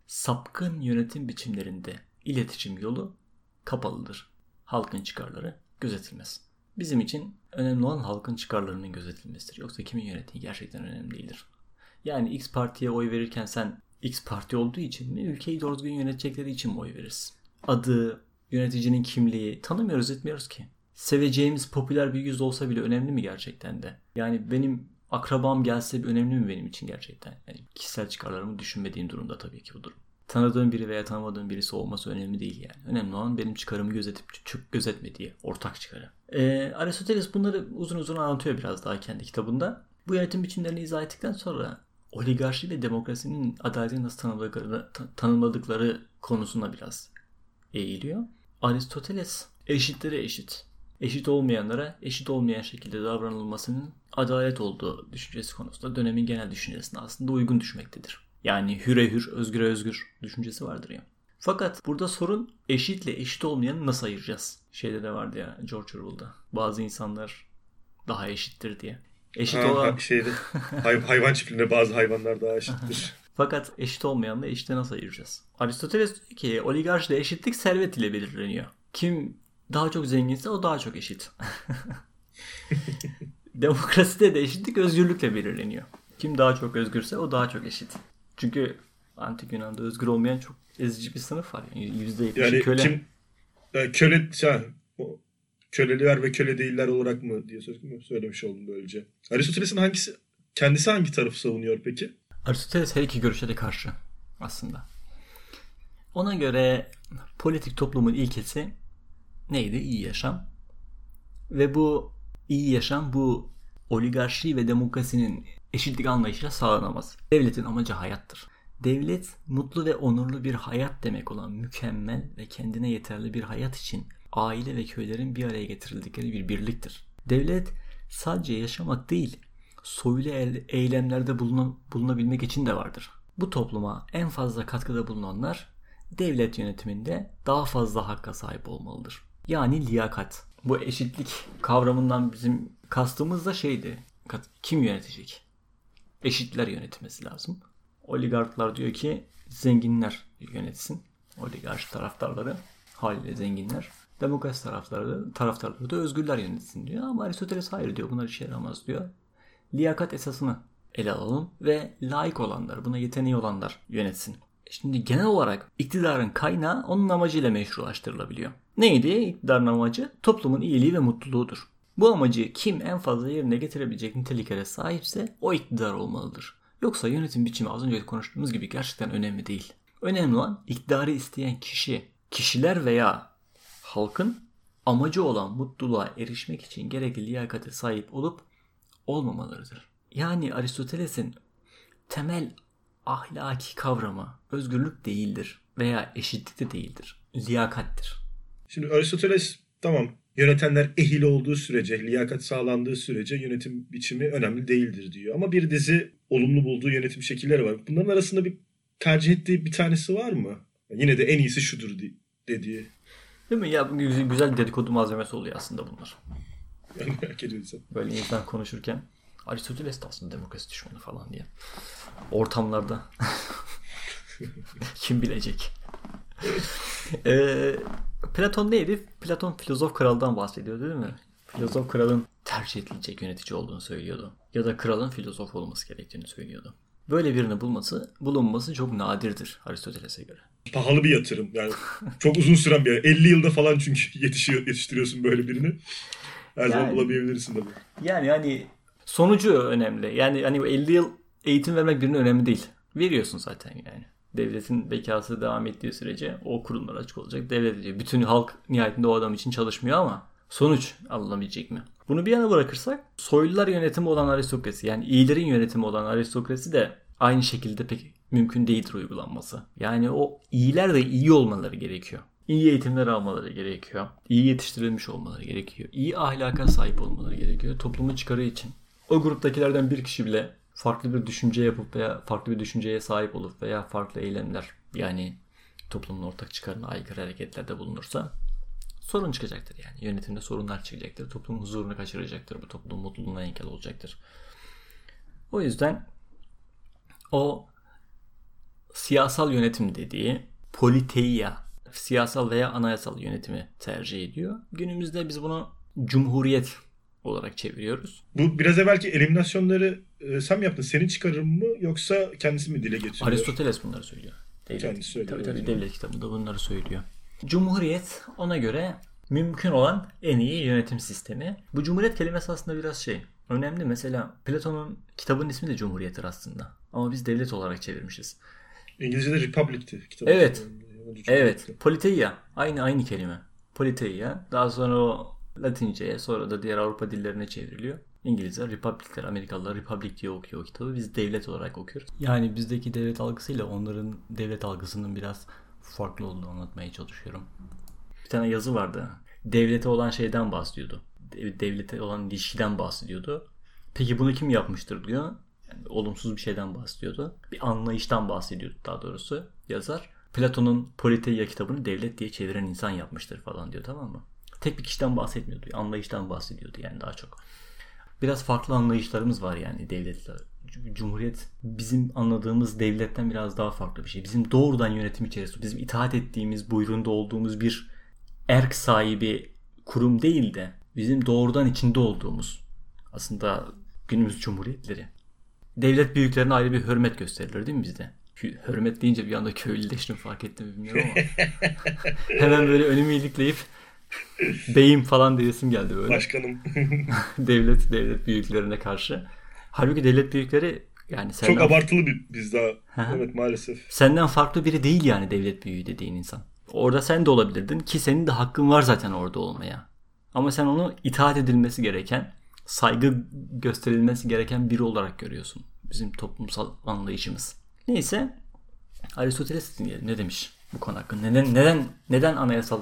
Sapkın yönetim biçimlerinde iletişim yolu kapalıdır. Halkın çıkarları gözetilmez. Bizim için önemli olan halkın çıkarlarının gözetilmesidir. Yoksa kimin yönettiği gerçekten önemli değildir. Yani X partiye oy verirken sen X parti olduğu için mi, ülkeyi doğru düzgün yönetecekleri için mi oy verirsin? Adı, yöneticinin kimliği tanımıyoruz, etmiyoruz ki. Seveceğimiz popüler bir yüz olsa bile önemli mi gerçekten de? Yani benim akrabam gelse bir önemli mi benim için gerçekten? Yani kişisel çıkarlarımı düşünmediğim durumda tabii ki bu durum. Tanıdığım biri veya tanımadığım birisi olması önemli değil yani. Önemli olan benim çıkarımı gözetmediği ortak çıkarı. Aristoteles bunları uzun uzun anlatıyor biraz daha kendi kitabında. Bu yönetim biçimlerini izah ettikten sonra oligarşi ve demokrasinin adaleti nasıl tanımladıkları konusuna biraz eğiliyor. Aristoteles eşitlere eşit, eşit olmayanlara eşit olmayan şekilde davranılmasının adalet olduğu düşüncesi konusunda dönemin genel düşüncesine aslında uygun düşmektedir. Yani hüre hür, özgüre özgür düşüncesi vardır ya. Fakat burada sorun eşitle eşit olmayanı nasıl ayıracağız? Şeyde de vardı ya George Orwell'da. Bazı insanlar daha eşittir diye. Eşit olan... hayvan çiftliğinde bazı hayvanlar daha eşittir. Fakat eşit olmayanla eşitle nasıl ayıracağız? Aristoteles diyor ki oligarşide eşitlik servet ile belirleniyor. Kim daha çok zenginse o daha çok eşit. Demokraside de eşitlik özgürlükle belirleniyor. Kim daha çok özgürse o daha çok eşit. Çünkü Antik Yunan'da özgür olmayan çok ezici bir sınıf var. Yani %70'i yani köle. Kim, köleliler ve köle değiller olarak mı diye söylemiş oldum böylece. Aristoteles'in kendisi hangi tarafı savunuyor peki? Aristoteles her iki görüşe de karşı aslında. Ona göre politik toplumun ilkesi neydi? İyi yaşam. Ve bu iyi yaşam bu oligarşi ve demokrasinin eşitlik anlayışıyla sağlanamaz. Devletin amacı hayattır. Devlet mutlu ve onurlu bir hayat demek olan mükemmel ve kendine yeterli bir hayat için aile ve köylerin bir araya getirildikleri bir birliktir. Devlet sadece yaşamak değil, soylu eylemlerde bulunabilmek için de vardır. Bu topluma en fazla katkıda bulunanlar devlet yönetiminde daha fazla hakka sahip olmalıdır. Yani liyakat. Bu eşitlik kavramından bizim kastımız da şeydi. Kim yönetecek? Eşitler yönetmesi lazım. Oligarklar diyor ki zenginler yönetsin. Oligarşi taraftarları haliyle zenginler. Demokrasi taraftarları da özgürler yönetsin diyor. Ama Aristoteles hayır diyor. Bunlar işe yaramaz diyor. Liyakat esasını ele alalım ve layık olanlar, buna yeteneği olanlar yönetsin. Şimdi genel olarak iktidarın kaynağı onun amacıyla meşrulaştırılabiliyor. Neydi? İktidarın amacı toplumun iyiliği ve mutluluğudur. Bu amacı kim en fazla yerine getirebilecek niteliklere sahipse o iktidar olmalıdır. Yoksa yönetim biçimi az önce konuştuğumuz gibi gerçekten önemli değil. Önemli olan iktidarı isteyen kişiler veya halkın amacı olan mutluluğa erişmek için gerekli liyakate sahip olup olmamalarıdır. Yani Aristoteles'in temel ahlaki kavramı özgürlük değildir veya eşitlik de değildir. Liyakattir. Şimdi Aristoteles tamam yönetenler ehil olduğu sürece, liyakat sağlandığı sürece yönetim biçimi önemli değildir diyor. Ama bir dizi olumlu bulduğu yönetim şekilleri var. Bunların arasında bir tercih ettiği bir tanesi var mı? Yine de en iyisi şudur dediği. Değil mi? Ya güzel dedikodu malzemesi oluyor aslında bunlar. Yani merak ediyorsan. Böyle insan konuşurken Aristoteles de aslında demokrasi düşmanı falan diye. Ortamlarda. Kim bilecek? Platon neydi? Platon filozof kraldan bahsediyor değil mi? Filozof kralın tercih edilecek yönetici olduğunu söylüyordu. Ya da kralın filozof olması gerektiğini söylüyordu. Böyle birini bulunması çok nadirdir Aristoteles'e göre. Pahalı bir yatırım. Yani çok uzun süren bir 50 yılda falan çünkü yetiştiriyorsun böyle birini. Her zaman bulamayabilirsin tabii. Yani hani sonucu önemli. Yani hani 50 yıl eğitim vermek birine önemli değil. Veriyorsun zaten yani. Devletin bekası devam ettiği sürece o kurumlar açık olacak. Devlet ediyor. Bütün halk nihayetinde o adam için çalışmıyor ama sonuç alınabilecek mi? Bunu bir yana bırakırsak soylular yönetimi olan aristokrasi yani iyilerin yönetimi olan aristokrasi de aynı şekilde pek mümkün değildir uygulanması. Yani o iyiler de iyi olmaları gerekiyor. İyi eğitimler almaları gerekiyor. İyi yetiştirilmiş olmaları gerekiyor. İyi ahlaka sahip olmaları gerekiyor. Toplumun çıkarı için. O gruptakilerden bir kişi bile farklı bir düşünce yapıp veya farklı bir düşünceye sahip olup veya farklı eylemler yani toplumun ortak çıkarına aykırı hareketlerde bulunursa sorun çıkacaktır yani. Yönetimde sorunlar çıkacaktır. Toplumun huzurunu kaçıracaktır. Bu toplumun mutluluğuna engel olacaktır. O yüzden o siyasal yönetim dediği politeia, siyasal veya anayasal yönetimi tercih ediyor. Günümüzde biz bunu cumhuriyet olarak çeviriyoruz. Bu biraz evvelki eliminasyonları sen mi yaptın? Senin çıkarımın mı yoksa kendisi mi dile getiriyor? Aristoteles bunları söylüyor. Kendisi söylüyor. Tabii devlet kitabında bunları söylüyor. Cumhuriyet ona göre mümkün olan en iyi yönetim sistemi. Bu cumhuriyet kelimesi aslında biraz önemli. Mesela Platon'un kitabının ismi de Cumhuriyet'tir aslında. Ama biz devlet olarak çevirmişiz. İngilizce'de Republic'ti kitabı. Evet. Evet. Politeia. Aynı kelime. Politeia. Daha sonra o Latince'ye, sonra da diğer Avrupa dillerine çevriliyor. İngilizler Republic'ler, Amerikalılar Republic diye okuyor o kitabı. Biz devlet olarak okuyoruz. Yani bizdeki devlet algısıyla onların devlet algısının biraz farklı olduğunu anlatmaya çalışıyorum. Bir tane yazı vardı. Devlete olan şeyden bahsediyordu. Devlete olan ilişkiden bahsediyordu. Peki bunu kim yapmıştır diyor. Yani olumsuz bir şeyden bahsediyordu. Bir anlayıştan bahsediyordu daha doğrusu yazar. Platon'un Politeia kitabını devlet diye çeviren insan yapmıştır falan diyor, tamam mı? Tek bir kişiden bahsetmiyordu. Anlayıştan bahsediyordu yani daha çok. Biraz farklı anlayışlarımız var yani devletle. Cumhuriyet bizim anladığımız devletten biraz daha farklı bir şey. Bizim doğrudan yönetim içerisinde, bizim itaat ettiğimiz, buyruğunda olduğumuz bir erk sahibi kurum değil de bizim doğrudan içinde olduğumuz aslında günümüz cumhuriyetleri. Devlet büyüklerine ayrı bir hürmet gösterilir değil mi bizde? Hürmet deyince bir anda köylüleştim, fark ettim bilmiyorum ama. Hemen böyle önümü ilikleyip beyim falan diyesim geldi böyle. Başkanım. devlet büyüklerine karşı. Halbuki devlet büyükleri yani senden... Çok abartılı biz daha. Evet, maalesef. Senden farklı biri değil yani devlet büyüğü dediğin insan. Orada sen de olabilirdin ki senin de hakkın var zaten orada olmaya. Ama sen onu itaat edilmesi gereken, saygı gösterilmesi gereken biri olarak görüyorsun. Bizim toplumsal anlayışımız. Neyse, Aristoteles ne demiş bu konu hakkında? Neden anayasal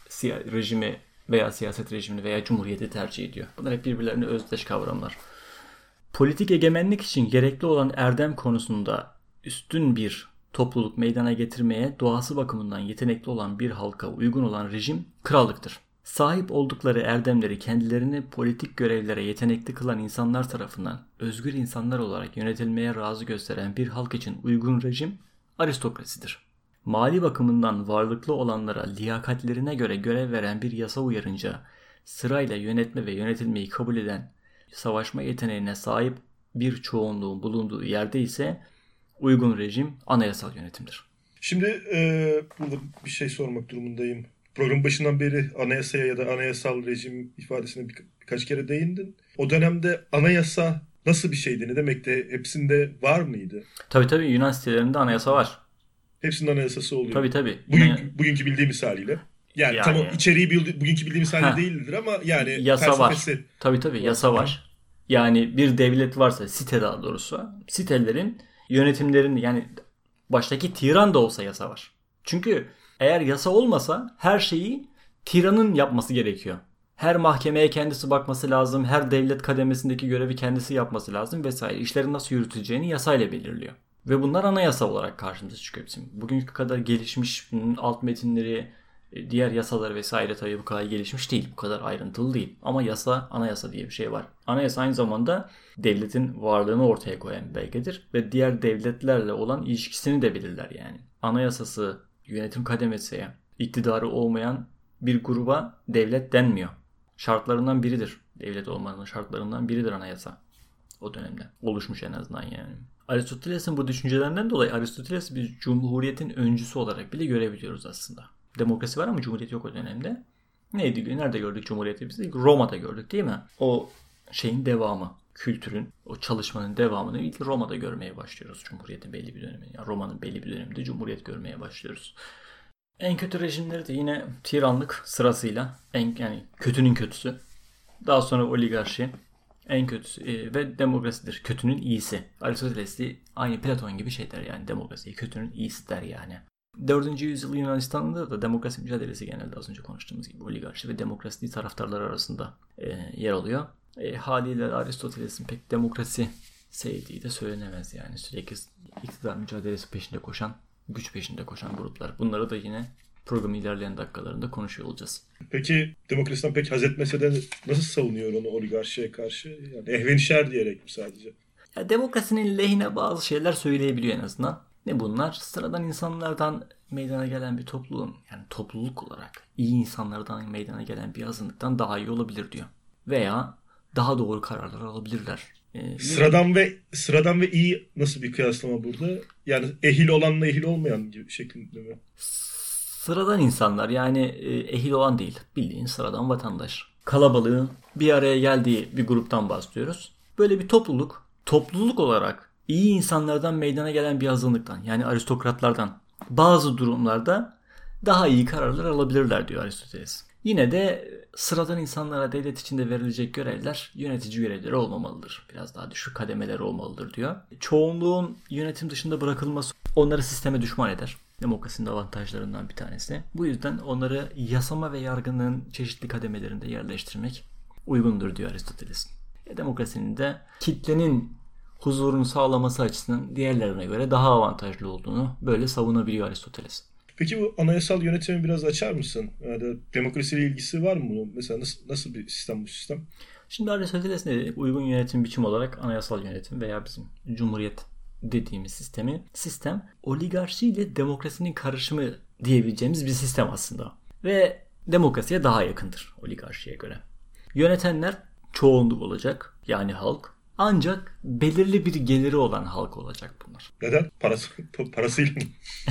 rejimi veya siyaset rejimini veya cumhuriyeti tercih ediyor? Bunlar hep birbirlerine özdeş kavramlar. Politik egemenlik için gerekli olan erdem konusunda üstün bir topluluk meydana getirmeye doğası bakımından yetenekli olan bir halka uygun olan rejim krallıktır. Sahip oldukları erdemleri kendilerini politik görevlere yetenekli kılan insanlar tarafından özgür insanlar olarak yönetilmeye razı gösteren bir halk için uygun rejim aristokrasidir. Mali bakımından varlıklı olanlara liyakatlerine göre görev veren bir yasa uyarınca sırayla yönetme ve yönetilmeyi kabul eden, savaşma yeteneğine sahip bir çoğunluğun bulunduğu yerde ise uygun rejim anayasal yönetimdir. Şimdi burada bir şey sormak durumundayım. Programın başından beri anayasaya ya da anayasal rejim ifadesine birkaç kere değindin. O dönemde anayasa nasıl bir şeydi? Ne demekti? Hepsinde var mıydı? Tabii Yunan sitelerinde anayasa var. Hepsinin anayasası oluyor. Tabii. Bugünkü bildiğimiz haliyle. Yani tamam, içeriği bugünkü bildiğimiz hali değildir ama yani yasa felsefesi. Var. Tabii yasa var. Yani bir devlet varsa, site daha doğrusu, sitelerin yönetimlerin yani baştaki tiran da olsa yasa var. Çünkü eğer yasa olmasa her şeyi tiranın yapması gerekiyor. Her mahkemeye kendisi bakması lazım. Her devlet kademesindeki görevi kendisi yapması lazım vesaire. İşleri nasıl yürüteceğini yasayla belirliyor. Ve bunlar anayasa olarak karşımıza çıkıyor bizim. Bugünkü kadar gelişmiş alt metinleri, diğer yasalar vesaire tabii bu kadar gelişmiş değil. Bu kadar ayrıntılı değil. Ama anayasa diye bir şey var. Anayasa aynı zamanda devletin varlığını ortaya koyan bir belgedir. Ve diğer devletlerle olan ilişkisini de belirler yani. Anayasası, yönetim kademesi, iktidarı olmayan bir gruba devlet denmiyor. Şartlarından biridir. Devlet olmanın şartlarından biridir anayasa. O dönemde oluşmuş en azından yani. Aristoteles'in bu düşüncelerinden dolayı Aristoteles bir cumhuriyetin öncüsü olarak bile görebiliyoruz aslında. Demokrasi var ama cumhuriyet yok o dönemde. Neydi? Nerede gördük cumhuriyeti biz? Roma'da gördük değil mi? O şeyin devamı, kültürün, o çalışmanın devamını ilk Roma'da görmeye başlıyoruz. Cumhuriyetin belli bir döneminde. Yani Roma'nın belli bir döneminde cumhuriyet görmeye başlıyoruz. En kötü rejimleri de yine tiranlık sırasıyla, yani kötünün kötüsü. Daha sonra oligarşi, en kötüsü ve demokrasidir. Kötünün iyisi. Aristoteles de aynı Platon gibi şey der yani, demokrasiyi kötünün iyisi der yani. 4. yüzyıl Yunanistan'da da demokrasi mücadelesi genelde az önce konuştuğumuz gibi oligarşi ve demokrasi taraftarlar arasında yer alıyor. Haliyle Aristoteles'in pek demokrasi sevdiği de söylenemez yani. Sürekli iktidar mücadelesi peşinde koşan, güç peşinde koşan gruplar. Bunları da yine programın ilerleyen dakikalarında konuşuyor olacağız. Peki demokrasiden pek haz etmese de nasıl savunuyor onu oligarşiye karşı? Yani ehvenişer diyerek mi sadece? Ya, demokrasinin lehine bazı şeyler söyleyebiliyor en azından. Ne bunlar? Sıradan insanlardan meydana gelen bir topluluğun, yani topluluk olarak iyi insanlardan meydana gelen bir azınlıktan daha iyi olabilir diyor. Veya daha doğru kararlar alabilirler. Sıradan ve iyi nasıl bir kıyaslama burada? Yani ehil olanla ehil olmayan gibi şeklinde mi? Sıradan insanlar, yani ehil olan değil, bildiğin sıradan vatandaş. Kalabalığın bir araya geldiği bir gruptan bahsediyoruz. Böyle bir topluluk olarak iyi insanlardan meydana gelen bir azınlıktan, yani aristokratlardan bazı durumlarda daha iyi kararlar alabilirler diyor Aristoteles. Yine de sıradan insanlara devlet içinde verilecek görevler yönetici görevleri olmamalıdır. Biraz daha düşük kademeleri olmalıdır diyor. Çoğunluğun yönetim dışında bırakılması onları sisteme düşman eder. Demokrasinin avantajlarından bir tanesi. Bu yüzden onları yasama ve yargının çeşitli kademelerinde yerleştirmek uygundur diyor Aristoteles. Demokrasinin de kitlenin huzurunu sağlaması açısından diğerlerine göre daha avantajlı olduğunu böyle savunabiliyor Aristoteles. Peki bu anayasal yönetimi biraz açar mısın? Yani demokrasiyle ilgisi var mı bunun? Mesela nasıl bir sistem bu sistem? Şimdi Aristoteles ne dedi? Uygun yönetim biçimi olarak anayasal yönetim veya bizim cumhuriyet dediğimiz sistem oligarşi ile demokrasinin karışımı diyebileceğimiz bir sistem aslında. Ve demokrasiye daha yakındır oligarşiye göre. Yönetenler çoğunluk olacak, yani halk. Ancak belirli bir geliri olan halk olacak bunlar. Neden? Parasıyla mı?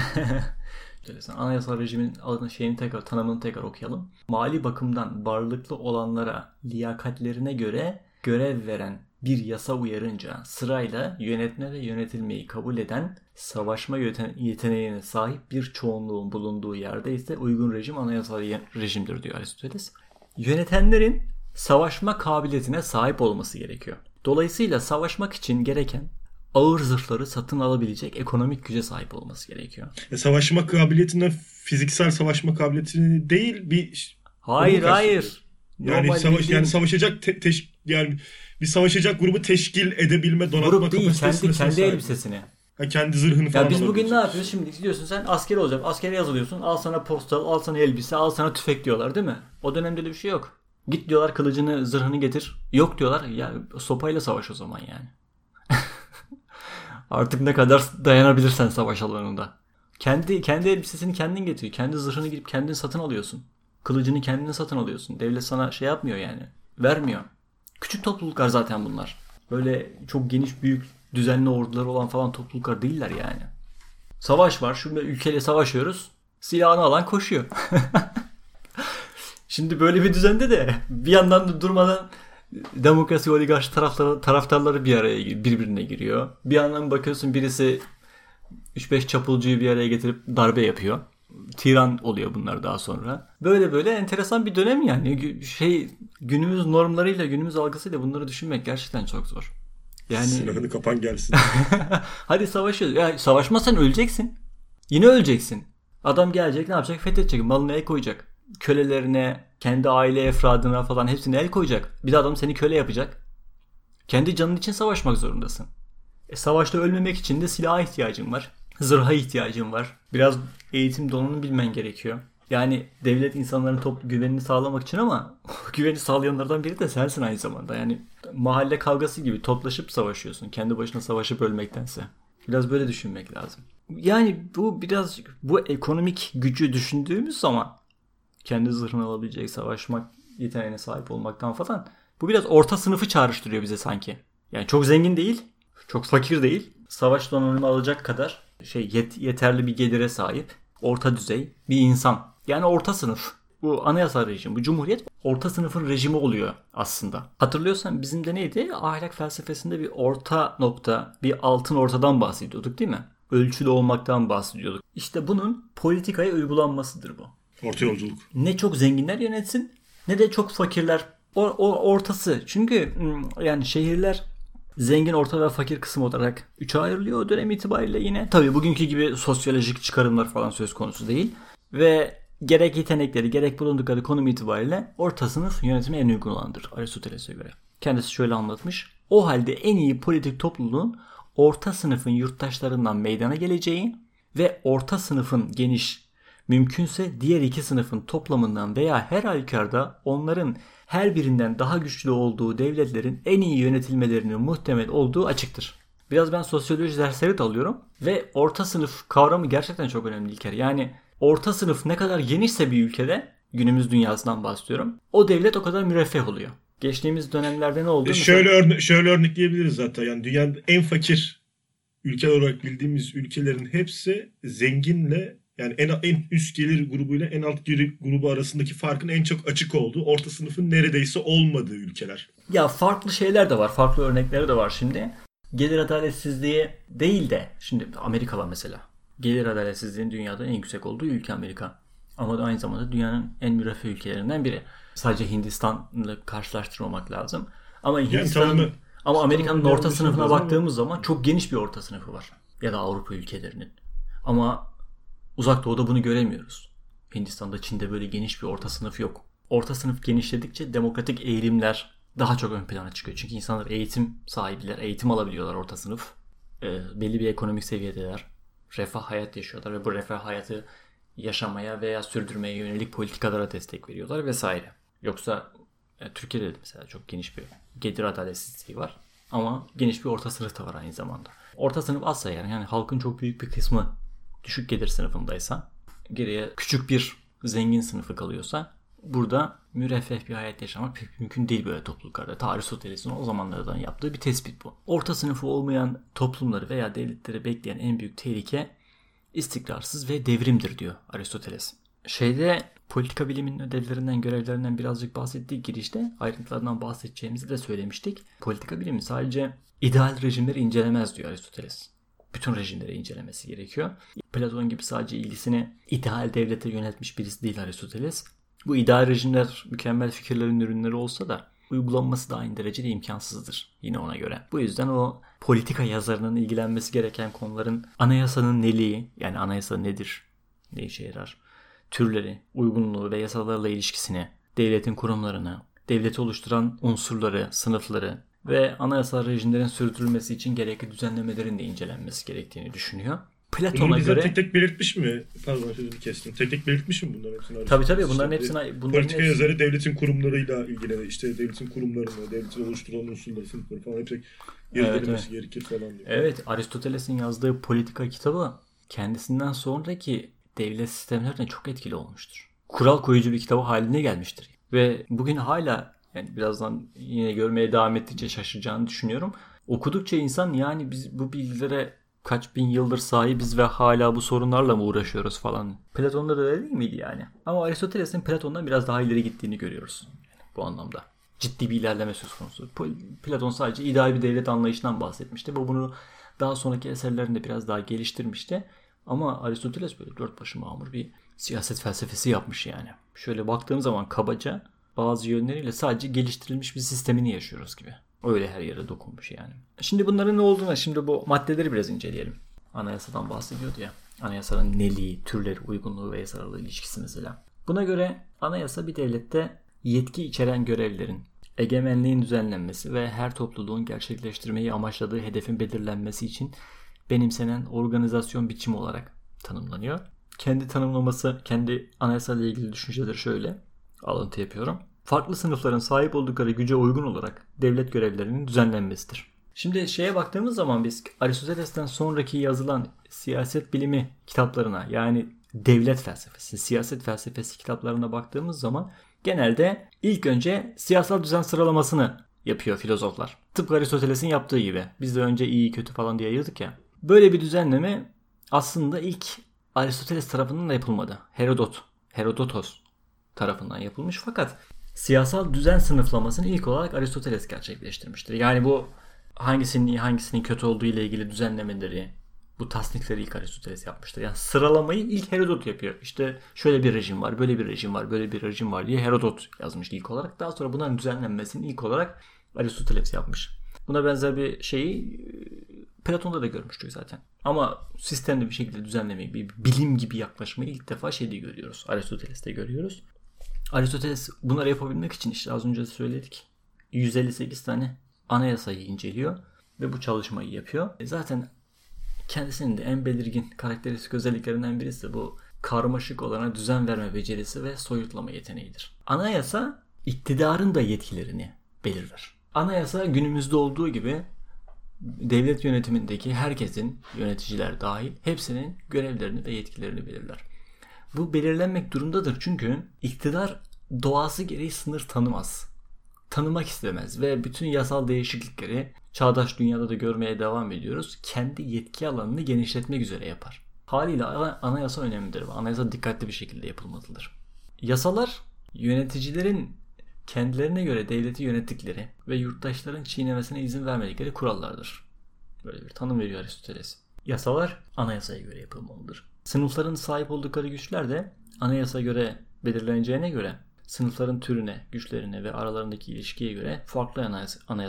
Anayasal rejimin tanımını tekrar okuyalım. Mali bakımdan varlıklı olanlara liyakatlerine göre görev veren bir yasa uyarınca sırayla yönetme ve yönetilmeyi kabul eden savaşma yeteneğine sahip bir çoğunluğun bulunduğu yerde ise uygun rejim anayasal rejimdir diyor Aristoteles. Yönetenlerin savaşma kabiliyetine sahip olması gerekiyor. Dolayısıyla savaşmak için gereken ağır zırhları satın alabilecek ekonomik güce sahip olması gerekiyor. Savaşma kabiliyetinden fiziksel savaşma kabiliyetini değil bir... Hayır. Yani savaşacak yani bir savaşacak grubu teşkil edebilme donatma grup değil, kendi elbisesini. Kendi zırhını falan. Ya biz bugün ne yapıyoruz? Şimdi gidiyorsun sen askeri olacak. Askere yazılıyorsun. Al sana postal, al sana elbise, al sana tüfek diyorlar değil mi? O dönemde de bir şey yok. Git diyorlar kılıcını, zırhını getir. Yok diyorlar. Ya sopayla savaş o zaman yani. Artık ne kadar dayanabilirsen savaş alanında. Kendi elbisesini kendin getiriyor. Kendi zırhını gidip kendin satın alıyorsun. Kılıcını kendin satın alıyorsun. Devlet sana şey yapmıyor yani. Vermiyor. Küçük topluluklar zaten bunlar. Böyle çok geniş, büyük, düzenli orduları olan falan topluluklar değiller yani. Savaş var. Şu ülkeyle savaşıyoruz. Silahını alan koşuyor. Şimdi böyle bir düzende de bir yandan da durmadan demokrasi oligarşi taraftarları bir araya birbirine giriyor. Bir yandan bakıyorsun birisi 3-5 çapulcuyu bir araya getirip darbe yapıyor. Tiran oluyor bunlar daha sonra. Böyle enteresan bir dönem yani. Günümüz normlarıyla, günümüz algısıyla bunları düşünmek gerçekten çok zor. Yani silahını kapan gelsin. Hadi savaşıyoruz. Ya savaşmazsan öleceksin. Yine öleceksin. Adam gelecek, ne yapacak? Fethedecek. Malını el koyacak. Kölelerine, kendi aile efradına falan hepsine el koyacak. Bir de adam seni köle yapacak. Kendi canın için savaşmak zorundasın. Savaşta ölmemek için de silaha ihtiyacın var. Zırha ihtiyacın var. Biraz eğitim donanım bilmen gerekiyor. Yani devlet insanların güvenini sağlamak için ama güveni sağlayanlardan biri de sensin aynı zamanda. Yani mahalle kavgası gibi toplaşıp savaşıyorsun. Kendi başına savaşıp ölmektense. Biraz böyle düşünmek lazım. Yani bu ekonomik gücü düşündüğümüz zaman kendi zırhını alabilecek, savaşmak yeteneğine sahip olmaktan falan, bu biraz orta sınıfı çağrıştırıyor bize sanki. Yani çok zengin değil, çok fakir değil. Savaş donanımı alacak kadar yeterli bir gelire sahip, orta düzey bir insan. Yani orta sınıf. Bu anayasal rejim, bu cumhuriyet orta sınıfın rejimi oluyor aslında. Hatırlıyorsan bizim de neydi? Ahlak felsefesinde bir orta nokta, bir altın ortadan bahsediyorduk değil mi? Ölçülü olmaktan bahsediyorduk. İşte bunun politikaya uygulanmasıdır bu. Orta yolculuk. Ne çok zenginler yönetsin ne de çok fakirler. Ortası. Çünkü yani şehirler zengin, orta ve fakir kısım olarak 3'e ayrılıyor o dönem itibariyle yine. Tabii bugünkü gibi sosyolojik çıkarımlar falan söz konusu değil. Ve gerek yetenekleri gerek bulundukları konum itibariyle orta sınıf yönetime en uygun olandır Aristoteles'e göre. Kendisi şöyle anlatmış. O halde en iyi politik topluluğun orta sınıfın yurttaşlarından meydana geleceği ve orta sınıfın geniş, mümkünse diğer iki sınıfın toplamından veya her halükarda onların her birinden daha güçlü olduğu devletlerin en iyi yönetilmelerinin muhtemel olduğu açıktır. Biraz ben sosyoloji dersleri de alıyorum ve orta sınıf kavramı gerçekten çok önemli İlker. Yani orta sınıf ne kadar genişse bir ülkede, günümüz dünyasından bahsediyorum, o devlet o kadar müreffeh oluyor. Geçtiğimiz dönemlerde ne oldu? Şöyle örnekleyebiliriz hatta. Yani dünyanın en fakir ülke olarak bildiğimiz ülkelerin hepsi zenginle, yani en üst gelir grubuyla en alt gelir grubu arasındaki farkın en çok açık olduğu, orta sınıfın neredeyse olmadığı ülkeler. Ya farklı şeyler de var. Farklı örnekleri de var şimdi. Gelir adaletsizliği değil de şimdi Amerika var mesela. Gelir adaletsizliğinin dünyada en yüksek olduğu ülke Amerika. Ama da aynı zamanda dünyanın en müreffeh ülkelerinden biri. Sadece Hindistan'la karşılaştırmamak lazım. Ama Amerika'nın orta sınıfına baktığımız zaman çok geniş bir orta sınıfı var. Ya da Avrupa ülkelerinin. Ama Uzak Doğu'da bunu göremiyoruz. Hindistan'da, Çin'de böyle geniş bir orta sınıf yok. Orta sınıf genişledikçe demokratik eğilimler daha çok ön plana çıkıyor. Çünkü insanlar eğitim sahibiler, eğitim alabiliyorlar orta sınıf. Belli bir ekonomik seviyedeler. Refah hayat yaşıyorlar ve bu refah hayatı yaşamaya veya sürdürmeye yönelik politikalara destek veriyorlar vesaire. Yoksa Türkiye'de de mesela çok geniş bir gelir adaletsizliği var. Ama geniş bir orta sınıf da var aynı zamanda. Orta sınıf azsa yani halkın çok büyük bir kısmı düşük gelir sınıfındaysa, geriye küçük bir zengin sınıfı kalıyorsa, burada müreffeh bir hayat yaşamak pek mümkün değil böyle topluluklarda. Ta Aristoteles'in o zamanlardan yaptığı bir tespit bu. Orta sınıfı olmayan toplumları veya devletleri bekleyen en büyük tehlike istikrarsız ve devrimdir diyor Aristoteles. Politika biliminin ödevlerinden, görevlerinden birazcık bahsettiği girişte ayrıntılarından bahsedeceğimizi de söylemiştik. Politika bilimi sadece ideal rejimleri incelemez diyor Aristoteles. Bütün rejimleri incelemesi gerekiyor. Platon gibi sadece ilgisini ideal devlete yöneltmiş birisi değil Aristoteles. Bu ideal rejimler mükemmel fikirlerin ürünleri olsa da uygulanması da aynı derecede imkansızdır yine ona göre. Bu yüzden o politika yazarının ilgilenmesi gereken konuların anayasanın neliği, yani anayasa nedir, ne işe yarar, türleri, uygunluğu ve yasalarla ilişkisini, devletin kurumlarını, devleti oluşturan unsurları, sınıfları ve anayasal rejimlerin sürdürülmesi için gerekli düzenlemelerin de incelenmesi gerektiğini düşünüyor. Platon'a bunu bize göre tek tek belirtmiş mi? Pardon, sözünü kestim. Tek tek belirtmiş mi bunların hepsini? Tabii bunların hepsini. Politika yazarı devletin kurumlarıyla ilgilenen, işte devletin kurumlarını, devletin oluşturan unsurları, sınıfları falan hepsi yazılması gerekir falan diyor. Evet, Aristoteles'in yazdığı politika kitabı kendisinden sonraki devlet sistemlerine çok etkili olmuştur. Kural koyucu bir kitabı haline gelmiştir. Ve bugün hala, yani birazdan yine görmeye devam ettikçe şaşıracağını düşünüyorum. Okudukça insan, yani biz bu bilgilere kaç bin yıldır sahibiz ve hala bu sorunlarla mı uğraşıyoruz falan. Platon'da da öyle değil miydi yani? Ama Aristoteles'in Platon'dan biraz daha ileri gittiğini görüyoruz bu anlamda. Ciddi bir ilerleme söz konusu. Platon sadece ideal bir devlet anlayışından bahsetmişti. Bunu daha sonraki eserlerinde biraz daha geliştirmişti. Ama Aristoteles böyle dört başı mamur bir siyaset felsefesi yapmış yani. Şöyle baktığım zaman kabaca bazı yönleriyle sadece geliştirilmiş bir sistemini yaşıyoruz gibi. Öyle her yere dokunmuş yani. Şimdi bunların ne olduğuna, şimdi bu maddeleri biraz inceleyelim. Anayasadan bahsediyordu ya. Anayasanın neliği, türleri, uygunluğu ve yasalarla ilişkisi mesela. Buna göre anayasa bir devlette yetki içeren görevlerin, egemenliğin düzenlenmesi ve her topluluğun gerçekleştirmeyi amaçladığı hedefin belirlenmesi için benimsenen organizasyon biçimi olarak tanımlanıyor. Kendi tanımlaması, kendi anayasayla ilgili düşünceleri şöyle, alıntı yapıyorum. Farklı sınıfların sahip oldukları güce uygun olarak devlet görevlerinin düzenlenmesidir. Şimdi baktığımız zaman biz Aristoteles'ten sonraki yazılan siyaset bilimi kitaplarına, yani devlet felsefesi, siyaset felsefesi kitaplarına baktığımız zaman genelde ilk önce siyasal düzen sıralamasını yapıyor filozoflar. Tıpkı Aristoteles'in yaptığı gibi. Biz de önce iyi kötü falan diye ayırdık ya. Böyle bir düzenleme aslında ilk Aristoteles tarafından da yapılmadı. Herodotos tarafından yapılmış, fakat siyasal düzen sınıflamasını ilk olarak Aristoteles gerçekleştirmiştir. Yani bu hangisinin iyi hangisinin kötü olduğu ile ilgili düzenlemeleri, bu tasnifleri ilk Aristoteles yapmıştır. Yani sıralamayı ilk Herodot yapıyor. İşte şöyle bir rejim var, böyle bir rejim var, böyle bir rejim var diye Herodot yazmış ilk olarak. Daha sonra bunların düzenlenmesini ilk olarak Aristoteles yapmış. Buna benzer bir şeyi Platon'da da görmüştük zaten. Ama sistemli bir şekilde düzenlemeyi, bir bilim gibi yaklaşmayı ilk defa görüyoruz. Aristoteles'te görüyoruz. Aristoteles bunları yapabilmek için işte az önce söyledik, 158 tane anayasayı inceliyor ve bu çalışmayı yapıyor. Zaten kendisinin de en belirgin karakteristik özelliklerinden birisi de bu karmaşık olana düzen verme becerisi ve soyutlama yeteneğidir. Anayasa iktidarın da yetkilerini belirler. Anayasa günümüzde olduğu gibi devlet yönetimindeki herkesin, yöneticiler dahil, hepsinin görevlerini ve yetkilerini belirler. Bu belirlenmek durumdadır çünkü iktidar doğası gereği sınır tanımaz. Tanımak istemez ve bütün yasal değişiklikleri çağdaş dünyada da görmeye devam ediyoruz. Kendi yetki alanını genişletmek üzere yapar. Haliyle anayasa önemlidir ve anayasa dikkatli bir şekilde yapılmalıdır. Yasalar yöneticilerin kendilerine göre devleti yönettikleri ve yurttaşların çiğnemesine izin vermedikleri kurallardır. Böyle bir tanım veriyor Aristoteles. Yasalar anayasaya göre yapılmalıdır. Sınıfların sahip oldukları güçler de anayasaya göre belirleneceğine göre sınıfların türüne, güçlerine ve aralarındaki ilişkiye göre farklı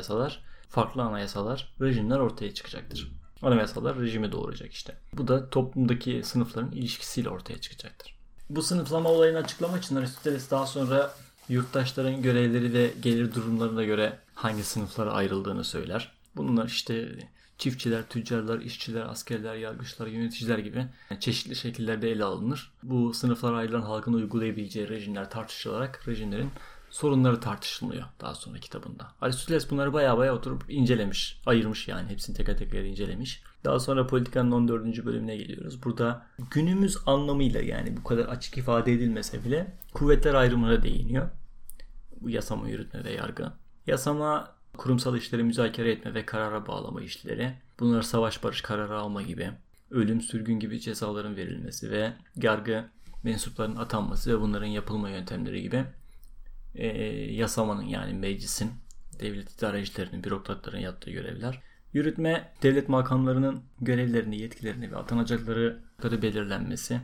anayasalar, rejimler ortaya çıkacaktır. Anayasalar rejimi doğuracak işte. Bu da toplumdaki sınıfların ilişkisiyle ortaya çıkacaktır. Bu sınıflama olayını açıklamak için Aristoteles daha sonra yurttaşların görevleri ve gelir durumlarına göre hangi sınıflara ayrıldığını söyler. Bunlar işte çiftçiler, tüccarlar, işçiler, askerler, yargıçlar, yöneticiler gibi çeşitli şekillerde ele alınır. Bu sınıflara ayrılan halkın uygulayabileceği rejimler tartışılarak rejimlerin sorunları tartışılıyor daha sonra kitabında. Aristoteles bunları baya oturup incelemiş, ayırmış yani hepsini teker teker incelemiş. Daha sonra Politika'nın 14. bölümüne geliyoruz. Burada günümüz anlamıyla yani bu kadar açık ifade edilmese bile kuvvetler ayrımına değiniyor. Bu yasama, yürütme ve yargı. Yasama, kurumsal işleri müzakere etme ve karara bağlama işleri. Bunlar savaş barış kararı alma gibi, ölüm, sürgün gibi cezaların verilmesi ve yargı mensuplarının atanması ve bunların yapılma yöntemleri gibi yasamanın yani meclisin, devlet idarecilerinin, bürokratların yaptığı görevler. Yürütme, devlet makamlarının görevlerini, yetkilerini ve atanacakları belirlenmesi,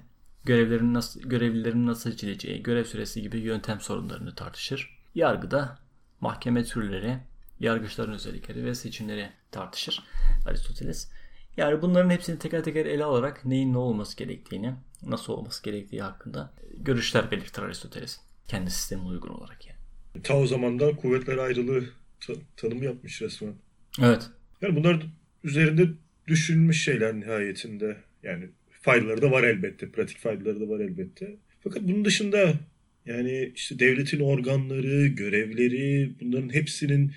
görevlilerin nasıl seçileceği, görev süresi gibi yöntem sorunlarını tartışır. Yargıda mahkeme türleri, yargıçların özellikleri ve seçimleri tartışır Aristoteles. Yani bunların hepsini teker teker ele alarak neyin ne olması gerektiğini, nasıl olması gerektiği hakkında görüşler belirtir Aristoteles. Kendi sistemine uygun olarak yani. Ta o zamandan kuvvetler ayrılığı tanımı yapmış resmen. Evet. Yani bunlar üzerinde düşünülmüş şeyler nihayetinde. Yani faydaları da var elbette. Pratik faydaları da var elbette. Fakat bunun dışında yani işte devletin organları, görevleri bunların hepsinin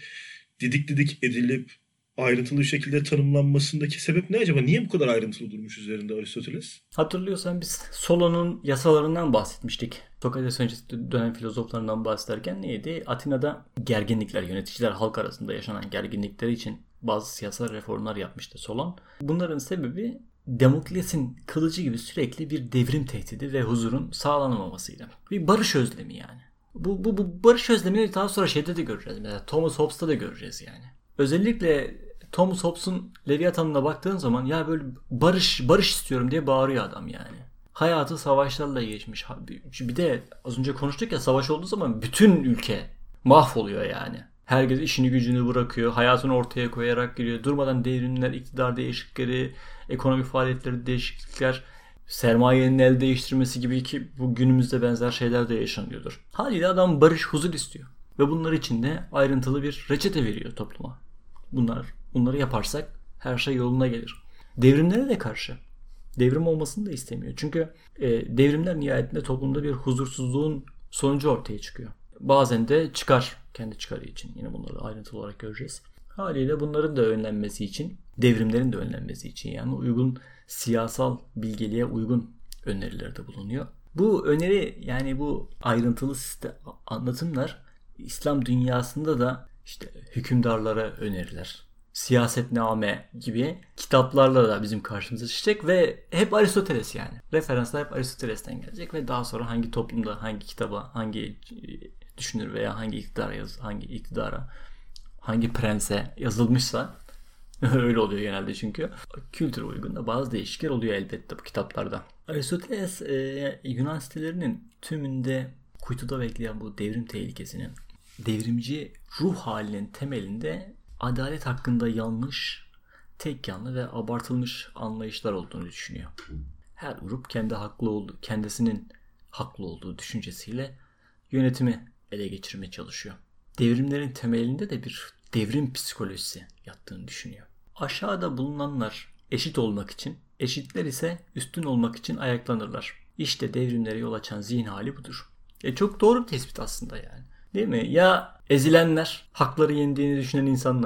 didik edilip ayrıntılı bir şekilde tanımlanmasındaki sebep ne acaba? Niye bu kadar ayrıntılı durmuş üzerinde Aristoteles? Hatırlıyorsan biz Solon'un yasalarından bahsetmiştik. Sokrates öncesi dönem filozoflarından bahsederken neydi? Atina'da gerginlikler, yöneticiler halk arasında yaşanan gerginlikleri için bazı siyasal reformlar yapmıştı Solon. Bunların sebebi Demokles'in kılıcı gibi sürekli bir devrim tehdidi ve huzurun sağlanamamasıydı. Bir barış özlemi yani. Bu barış özlemini daha sonra şeyde de göreceğiz. Mesela Thomas Hobbes'ta da göreceğiz yani. Özellikle Thomas Hobbes'un Leviathan'ına baktığın zaman ya böyle barış istiyorum diye bağırıyor adam yani. Hayatı savaşlarla geçmiş. Bir de az önce konuştuk ya, savaş olduğu zaman bütün ülke mahvoluyor yani. Herkes işini gücünü bırakıyor. Hayatını ortaya koyarak giriyor. Durmadan devrimler, iktidar değişiklikleri, ekonomik faaliyetleri değişiklikler, sermayenin el değiştirmesi gibi ki bu günümüzde benzer şeyler de yaşanıyordur. Haliyle adam barış, huzur istiyor. Ve bunlar için de ayrıntılı bir reçete veriyor topluma. Bunları yaparsak her şey yoluna gelir. Devrimlere de karşı. Devrim olmasını da istemiyor. Çünkü devrimler nihayetinde toplumda bir huzursuzluğun sonucu ortaya çıkıyor. Bazen de kendi çıkarı için. Yine bunları ayrıntılı olarak göreceğiz. Haliyle bunların da önlenmesi için, devrimlerin de önlenmesi için yani uygun siyasal bilgeliğe uygun önerilerde bulunuyor. Bu öneri yani bu ayrıntılı anlatımlar İslam dünyasında da işte hükümdarlara öneriler, siyasetname gibi kitaplarla da bizim karşımıza çıkacak ve hep Aristoteles yani. Referanslar hep Aristoteles'ten gelecek ve daha sonra hangi toplumda, hangi kitaba, hangi düşünür veya hangi iktidara, hangi prense yazılmışsa öyle oluyor genelde çünkü. Kültüre uygun da bazı değişiklikler oluyor elbette bu kitaplarda. Aristoteles Yunan sitelerinin tümünde kuytuda bekleyen bu devrim tehlikesinin, devrimci ruh halinin temelinde adalet hakkında yanlış, tek yanlı ve abartılmış anlayışlar olduğunu düşünüyor. Her grup kendisinin haklı olduğu düşüncesiyle yönetimi ele geçirmeye çalışıyor. Devrimlerin temelinde de bir devrim psikolojisi yattığını düşünüyor. Aşağıda bulunanlar eşit olmak için, eşitler ise üstün olmak için ayaklanırlar. İşte devrimlere yol açan zihin hali budur. Çok doğru bir tespit aslında yani. Değil mi? Ya ezilenler, hakları yendiğini düşünen insanlar,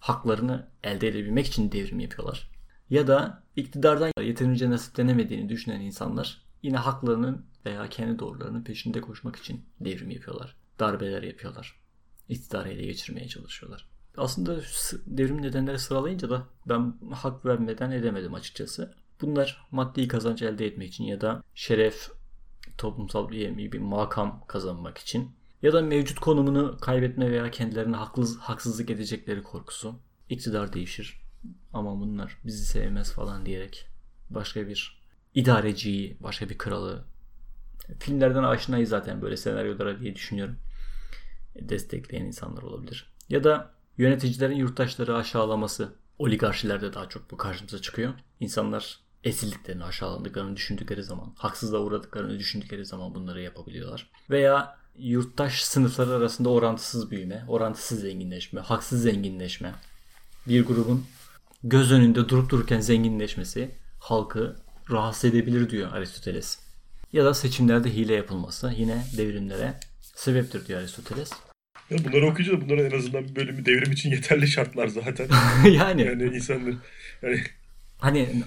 haklarını elde edebilmek için devrim yapıyorlar. Ya da iktidardan yeterince nasiplenemediğini düşünen insanlar yine haklarının veya kendi doğrularının peşinde koşmak için devrim yapıyorlar. Darbeler yapıyorlar. İktidarı ele geçirmeye çalışıyorlar. Aslında devrim nedenleri sıralayınca da ben hak vermeden edemedim açıkçası. Bunlar maddi kazanç elde etmek için ya da şeref, toplumsal bir makam kazanmak için ya da mevcut konumunu kaybetme veya kendilerine haksızlık edecekleri korkusu. İktidar değişir ama bunlar bizi sevmez falan diyerek başka bir idareciyi, başka bir kralı, filmlerden aşinayız zaten böyle senaryolara diye düşünüyorum, destekleyen insanlar olabilir. Ya da yöneticilerin yurttaşları aşağılaması. Oligarşilerde daha çok bu karşımıza çıkıyor. İnsanlar esildiklerini, aşağılandıklarını düşündükleri zaman, haksızlığa uğradıklarını düşündükleri zaman bunları yapabiliyorlar. Veya yurttaş sınıfları arasında orantısız büyüme, orantısız zenginleşme, haksız zenginleşme. Bir grubun göz önünde durup dururken zenginleşmesi halkı rahatsız edebilir diyor Aristoteles. Ya da seçimlerde hile yapılması yine devrimlere sebeptir diyor Aristoteles. Ya bunları okuyunca da bunların en azından bir bölümü devrim için yeterli şartlar zaten. yani insanlar hani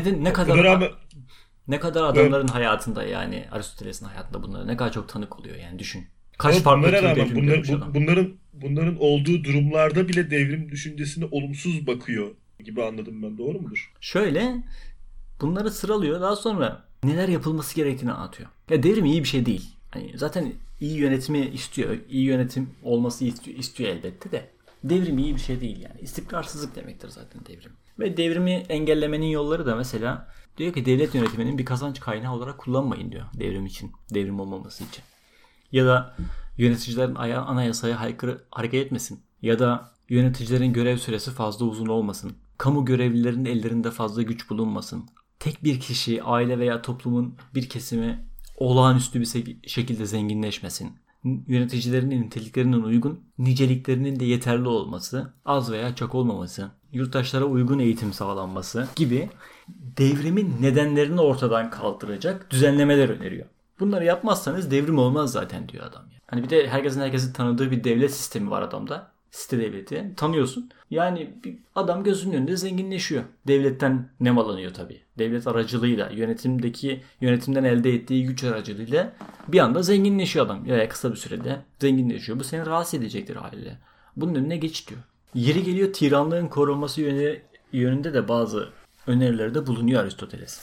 ne kadar adamların hayatında, yani Aristoteles'in hayatında bunlara ne kadar çok tanık oluyor yani, düşün. Kaç farklı tür devrim görmüş adam. Bunların olduğu durumlarda bile devrim düşüncesine olumsuz bakıyor gibi anladım ben. Doğru mudur? Şöyle bunları sıralıyor, daha sonra neler yapılması gerektiğini anlatıyor. Ya devrim iyi bir şey değil. Hani zaten iyi yönetimi istiyor. İyi yönetim olması istiyor elbette de. Devrim iyi bir şey değil yani. İstikrarsızlık demektir zaten devrim. Ve devrimi engellemenin yolları da mesela diyor ki devlet yönetiminin bir kazanç kaynağı olarak kullanmayın diyor devrim için. Devrim olmaması için. Ya da yöneticilerin anayasaya aykırı hareket etmesin. Ya da yöneticilerin görev süresi fazla uzun olmasın. Kamu görevlilerinin ellerinde fazla güç bulunmasın. Tek bir kişi, aile veya toplumun bir kesimi olağanüstü bir şekilde zenginleşmesin. Yöneticilerin niteliklerinin uygun, niceliklerinin de yeterli olması, az veya çok olmaması, yurttaşlara uygun eğitim sağlanması gibi devrimin nedenlerini ortadan kaldıracak düzenlemeler öneriyor. Bunları yapmazsanız devrim olmaz zaten diyor adam. Hani bir de herkesin tanıdığı bir devlet sistemi var adamda. Site devleti. Tanıyorsun. Yani bir adam gözünün önünde zenginleşiyor. Devletten nemalanıyor tabii. Devlet aracılığıyla, yönetimden elde ettiği güç aracılığıyla bir anda zenginleşiyor adam. Ya kısa bir sürede zenginleşiyor. Bu seni rahatsız edecektir haliyle. Bunun önüne geç diyor. Yeri geliyor tiranlığın korunması yönünde de bazı önerilerde bulunuyor Aristoteles.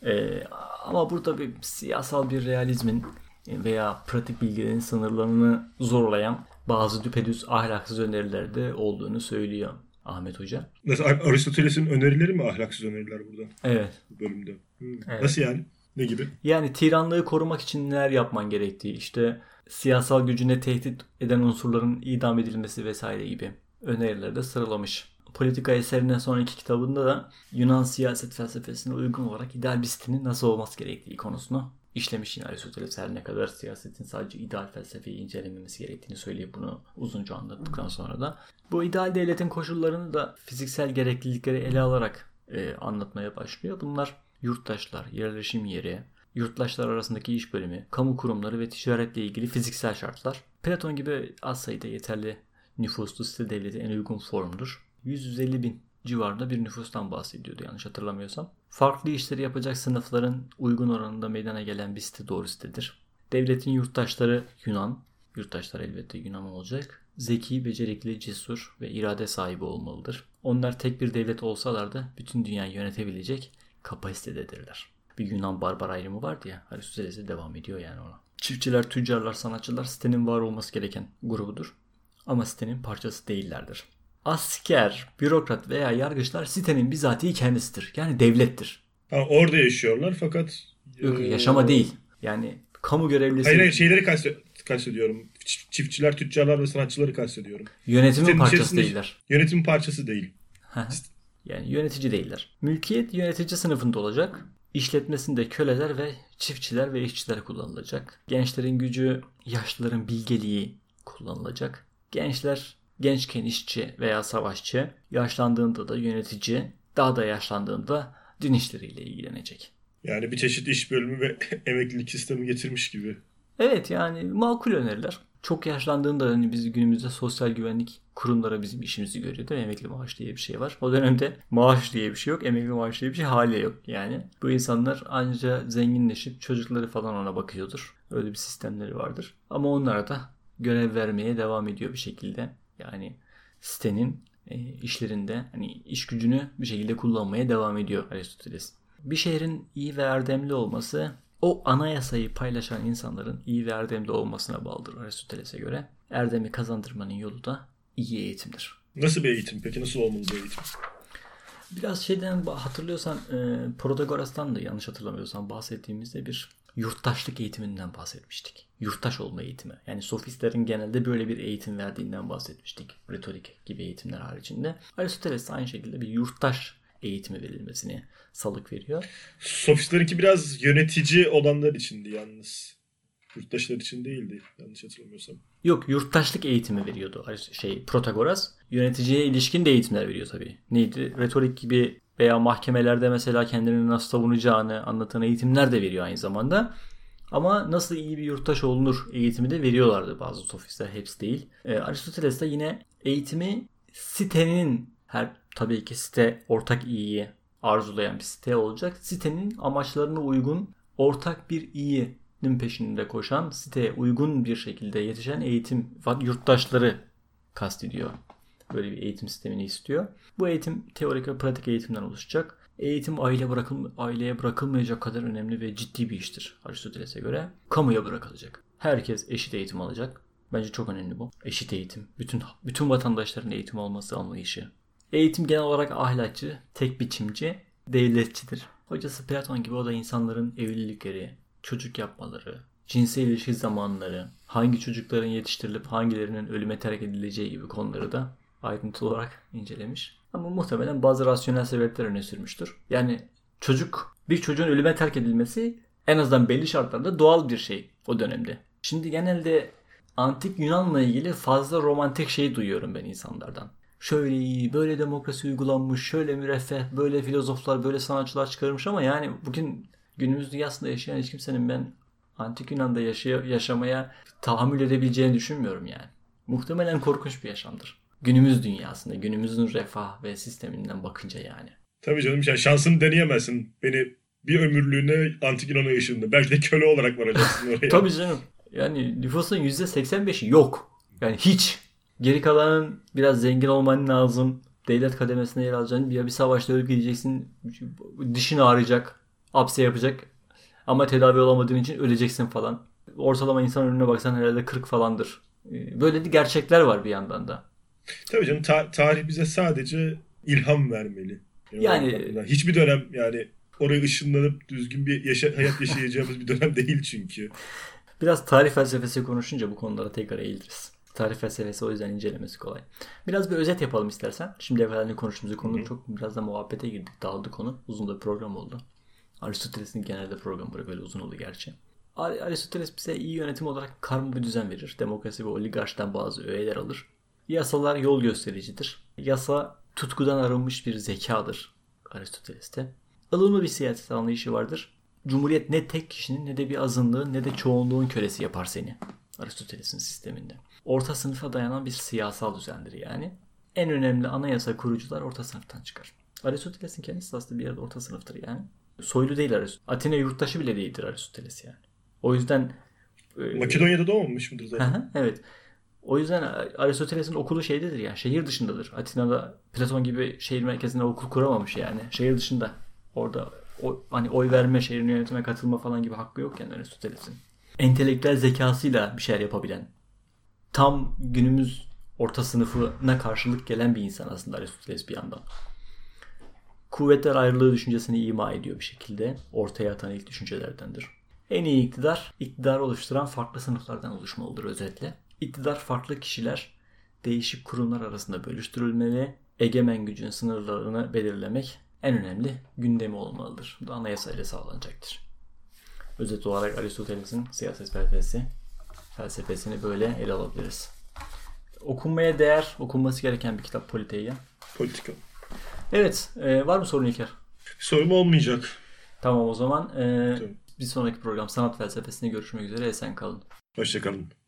Ama burada bir siyasal bir realizmin veya pratik bilgilerin sınırlarını zorlayan bazı düpedüz ahlaksız önerilerde olduğunu söylüyor Ahmet Hoca. Mesela Aristoteles'in önerileri mi ahlaksız öneriler burada? Evet. Bu bölümde. Evet. Nasıl yani? Ne gibi? Yani tiranlığı korumak için neler yapman gerektiği, işte siyasal gücüne tehdit eden unsurların idam edilmesi vesaire gibi önerileri de sıralamış. Politika eserinden sonraki kitabında da Yunan siyaset felsefesine uygun olarak ideal bir sitenin nasıl olması gerektiği konusunu işlemiş yine Aristoteles, her ne kadar siyasetin sadece ideal felsefeyi incelememiz gerektiğini söyleyip bunu uzunca anlattıktan sonra da bu ideal devletin koşullarını da fiziksel gereklilikleri ele alarak anlatmaya başlıyor. Bunlar yurttaşlar, yerleşim yeri, yurttaşlar arasındaki iş bölümü, kamu kurumları ve ticaretle ilgili fiziksel şartlar. Platon gibi az sayıda yeterli nüfuslu site devleti en uygun formdur. 150 bin civarında bir nüfustan bahsediyordu yanlış hatırlamıyorsam. Farklı işleri yapacak sınıfların uygun oranında meydana gelen bir site doğru sitedir. Devletin yurttaşları Yunan, yurttaşlar elbette Yunan olacak. Zeki, becerikli, cesur ve irade sahibi olmalıdır. Onlar tek bir devlet olsalar da bütün dünyayı yönetebilecek kapasitededirler. Bir Yunan barbar ayrımı vardı ya, Aristoteles'e devam ediyor yani ona. Çiftçiler, tüccarlar, sanatçılar sitenin var olması gereken grubudur. Ama sitenin parçası değillerdir. Asker, bürokrat veya yargıçlar sitenin bizatihi kendisidir. Yani devlettir. Orada yaşıyorlar fakat... Yok, yaşama değil. Yani kamu görevlisi... Hayır şeyleri kastediyorum. Çiftçiler, tüccarlar ve sanatçıları kastediyorum. Yönetimin sitenin parçası değiller. Yönetimin parçası değil. Yani yönetici değiller. Mülkiyet yönetici sınıfında olacak. İşletmesinde köleler ve çiftçiler ve işçiler kullanılacak. Gençlerin gücü, yaşlıların bilgeliği kullanılacak. Gençken işçi veya savaşçı, yaşlandığında da yönetici, daha da yaşlandığında din işleriyle ilgilenecek. Yani bir çeşit iş bölümü ve emeklilik sistemi getirmiş gibi. Evet, yani makul öneriler. Çok yaşlandığında hani biz günümüzde sosyal güvenlik kurumları bizim işimizi görüyor değil mi? Emekli maaş diye bir şey var. O dönemde maaş diye bir şey yok. Emekli maaş diye bir şey hali yok yani. Bu insanlar ancak zenginleşip çocukları falan ona bakıyordur. Öyle bir sistemleri vardır. Ama onlar da görev vermeye devam ediyor bir şekilde. Yani sitenin işlerinde hani iş gücünü bir şekilde kullanmaya devam ediyor Aristoteles. Bir şehrin iyi ve erdemli olması o anayasayı paylaşan insanların iyi ve erdemli olmasına bağlıdır Aristoteles'e göre. Erdemi kazandırmanın yolu da iyi eğitimdir. Nasıl bir eğitim peki? Nasıl olmalı bir eğitim? Biraz şeyden hatırlıyorsan Protagoras'tan da yanlış hatırlamıyorsam bahsettiğimizde bir yurttaşlık eğitiminden bahsetmiştik. Yurttaş olma eğitimi. Yani sofistlerin genelde böyle bir eğitim verdiğinden bahsetmiştik. Retorik gibi eğitimler haricinde. Aristoteles de aynı şekilde bir yurttaş eğitimi verilmesini salık veriyor. Sofistlerinki biraz yönetici olanlar içindi yalnız. Yurttaşlar için değildi yanlış hatırlamıyorsam. Yok, yurttaşlık eğitimi veriyordu Protagoras. Yöneticiye ilişkin de eğitimler veriyor tabii. Neydi? Retorik gibi veya mahkemelerde mesela kendini nasıl savunacağını anlatan eğitimler de veriyor aynı zamanda. Ama nasıl iyi bir yurttaş olunur eğitimi de veriyorlardı bazı sofistler, hepsi değil. Aristoteles de yine eğitimi sitenin, tabii ki site ortak iyiyi arzulayan bir site olacak. Sitenin amaçlarına uygun ortak bir iyinin peşinde koşan, siteye uygun bir şekilde yetişen eğitim yurttaşları kastediyor. Böyle bir eğitim sistemini istiyor. Bu eğitim teorik ve pratik eğitimden oluşacak. Eğitim aileye bırakılmayacak kadar önemli ve ciddi bir iştir Aristoteles'e göre. Kamuya bırakılacak. Herkes eşit eğitim alacak. Bence çok önemli bu. Eşit eğitim. Bütün vatandaşların eğitim alması anlayışı. Eğitim genel olarak ahlakçı, tek biçimci, devletçidir. Hocası Platon gibi o da insanların evlilikleri, çocuk yapmaları, cinsel ilişki zamanları, hangi çocukların yetiştirilip hangilerinin ölüme terk edileceği gibi konuları da ayrıntılı olarak incelemiş. Ama muhtemelen bazı rasyonel sebepler öne sürmüştür. Yani bir çocuğun ölüme terk edilmesi en azından belli şartlarda doğal bir şey o dönemde. Şimdi genelde antik Yunan'la ilgili fazla romantik şey duyuyorum ben insanlardan. Şöyle iyi, böyle demokrasi uygulanmış, şöyle müreffeh, böyle filozoflar, böyle sanatçılar çıkarmış ama yani bugün günümüz dünyasında yaşayan hiç kimsenin ben antik Yunan'da yaşamaya tahammül edebileceğini düşünmüyorum yani. Muhtemelen korkunç bir yaşamdır. Günümüz dünyasında, günümüzün refah ve sisteminden bakınca yani. Tabii canım, yani şansını deneyemezsin. Beni bir ömürlüğüne antik Yunan'a ışındı. Belki de köle olarak varacaksın oraya. Tabii canım. Yani nüfusun %85'i yok. Yani hiç. Geri kalanın biraz zengin olman lazım. Devlet kademesine yer alacaksın. Bir savaşta ölüp gideceksin. Dişin ağrıyacak. Apse yapacak. Ama tedavi olamadığın için öleceksin falan. Ortalama insan ömrüne baksan herhalde 40 falandır. Böyle de gerçekler var bir yandan da. Tabii canım, tarih bize sadece ilham vermeli. Yani hiçbir dönem yani oraya ışınlanıp düzgün bir hayat yaşayacağımız bir dönem değil çünkü. Biraz tarih felsefesi konuşunca bu konulara tekrar eğiliriz. Tarih felsefesi o yüzden incelemesi kolay. Biraz bir özet yapalım istersen. Şimdiye kadar ne konuştuğumuzu konu çok biraz da muhabbete girdik. Dağıldı konu. Uzun da bir program oldu. Aristoteles'in genelde programları böyle uzun oldu gerçi. Aristoteles bize iyi yönetim olarak karma bir düzen verir. Demokrasi ve oligarşiden bazı öğeler alır. Yasalar yol göstericidir. Yasa tutkudan arınmış bir zekadır Aristoteles'te. Ilımlı bir siyaset anlayışı vardır. Cumhuriyet ne tek kişinin ne de bir azınlığın ne de çoğunluğun kölesi yapar seni Aristoteles'in sisteminde. Orta sınıfa dayanan bir siyasal düzendir yani. En önemli anayasa kurucular orta sınıftan çıkar. Aristoteles'in kendisi aslında bir yerde orta sınıftır yani. Soylu değil Aristoteles. Atina yurttaşı bile değildir Aristoteles yani. O yüzden Makedonya'da doğmamış mıdır zaten? Evet. O yüzden Aristoteles'in okulu şeydedir ya, şehir dışındadır. Atina'da Platon gibi şehir merkezinde okul kuramamış yani. Şehir dışında. Orada hani oy verme, şehrin yönetime katılma falan gibi hakkı yok yani Aristoteles'in. Entelektüel zekasıyla bir şeyler yapabilen, tam günümüz orta sınıfına karşılık gelen bir insan aslında Aristoteles bir yandan. Kuvvetler ayrılığı düşüncesini ima ediyor bir şekilde. Ortaya atan ilk düşüncelerdendir. En iyi iktidar oluşturan farklı sınıflardan oluşmalıdır özetle. İktidar farklı kişiler, değişik kurumlar arasında bölüştürülmeli, egemen gücün sınırlarını belirlemek en önemli gündemi olmalıdır. Bu da anayasayla sağlanacaktır. Özet olarak Aristoteles'in siyaset felsefesini böyle ele alabiliriz. Okunmaya değer, okunması gereken bir kitap Politeia. Politika. Evet, var mı sorun İlker? Sorum olmayacak. Tamam o zaman bir sonraki program sanat felsefesinde görüşmek üzere. Esen kalın. Hoşça kalın.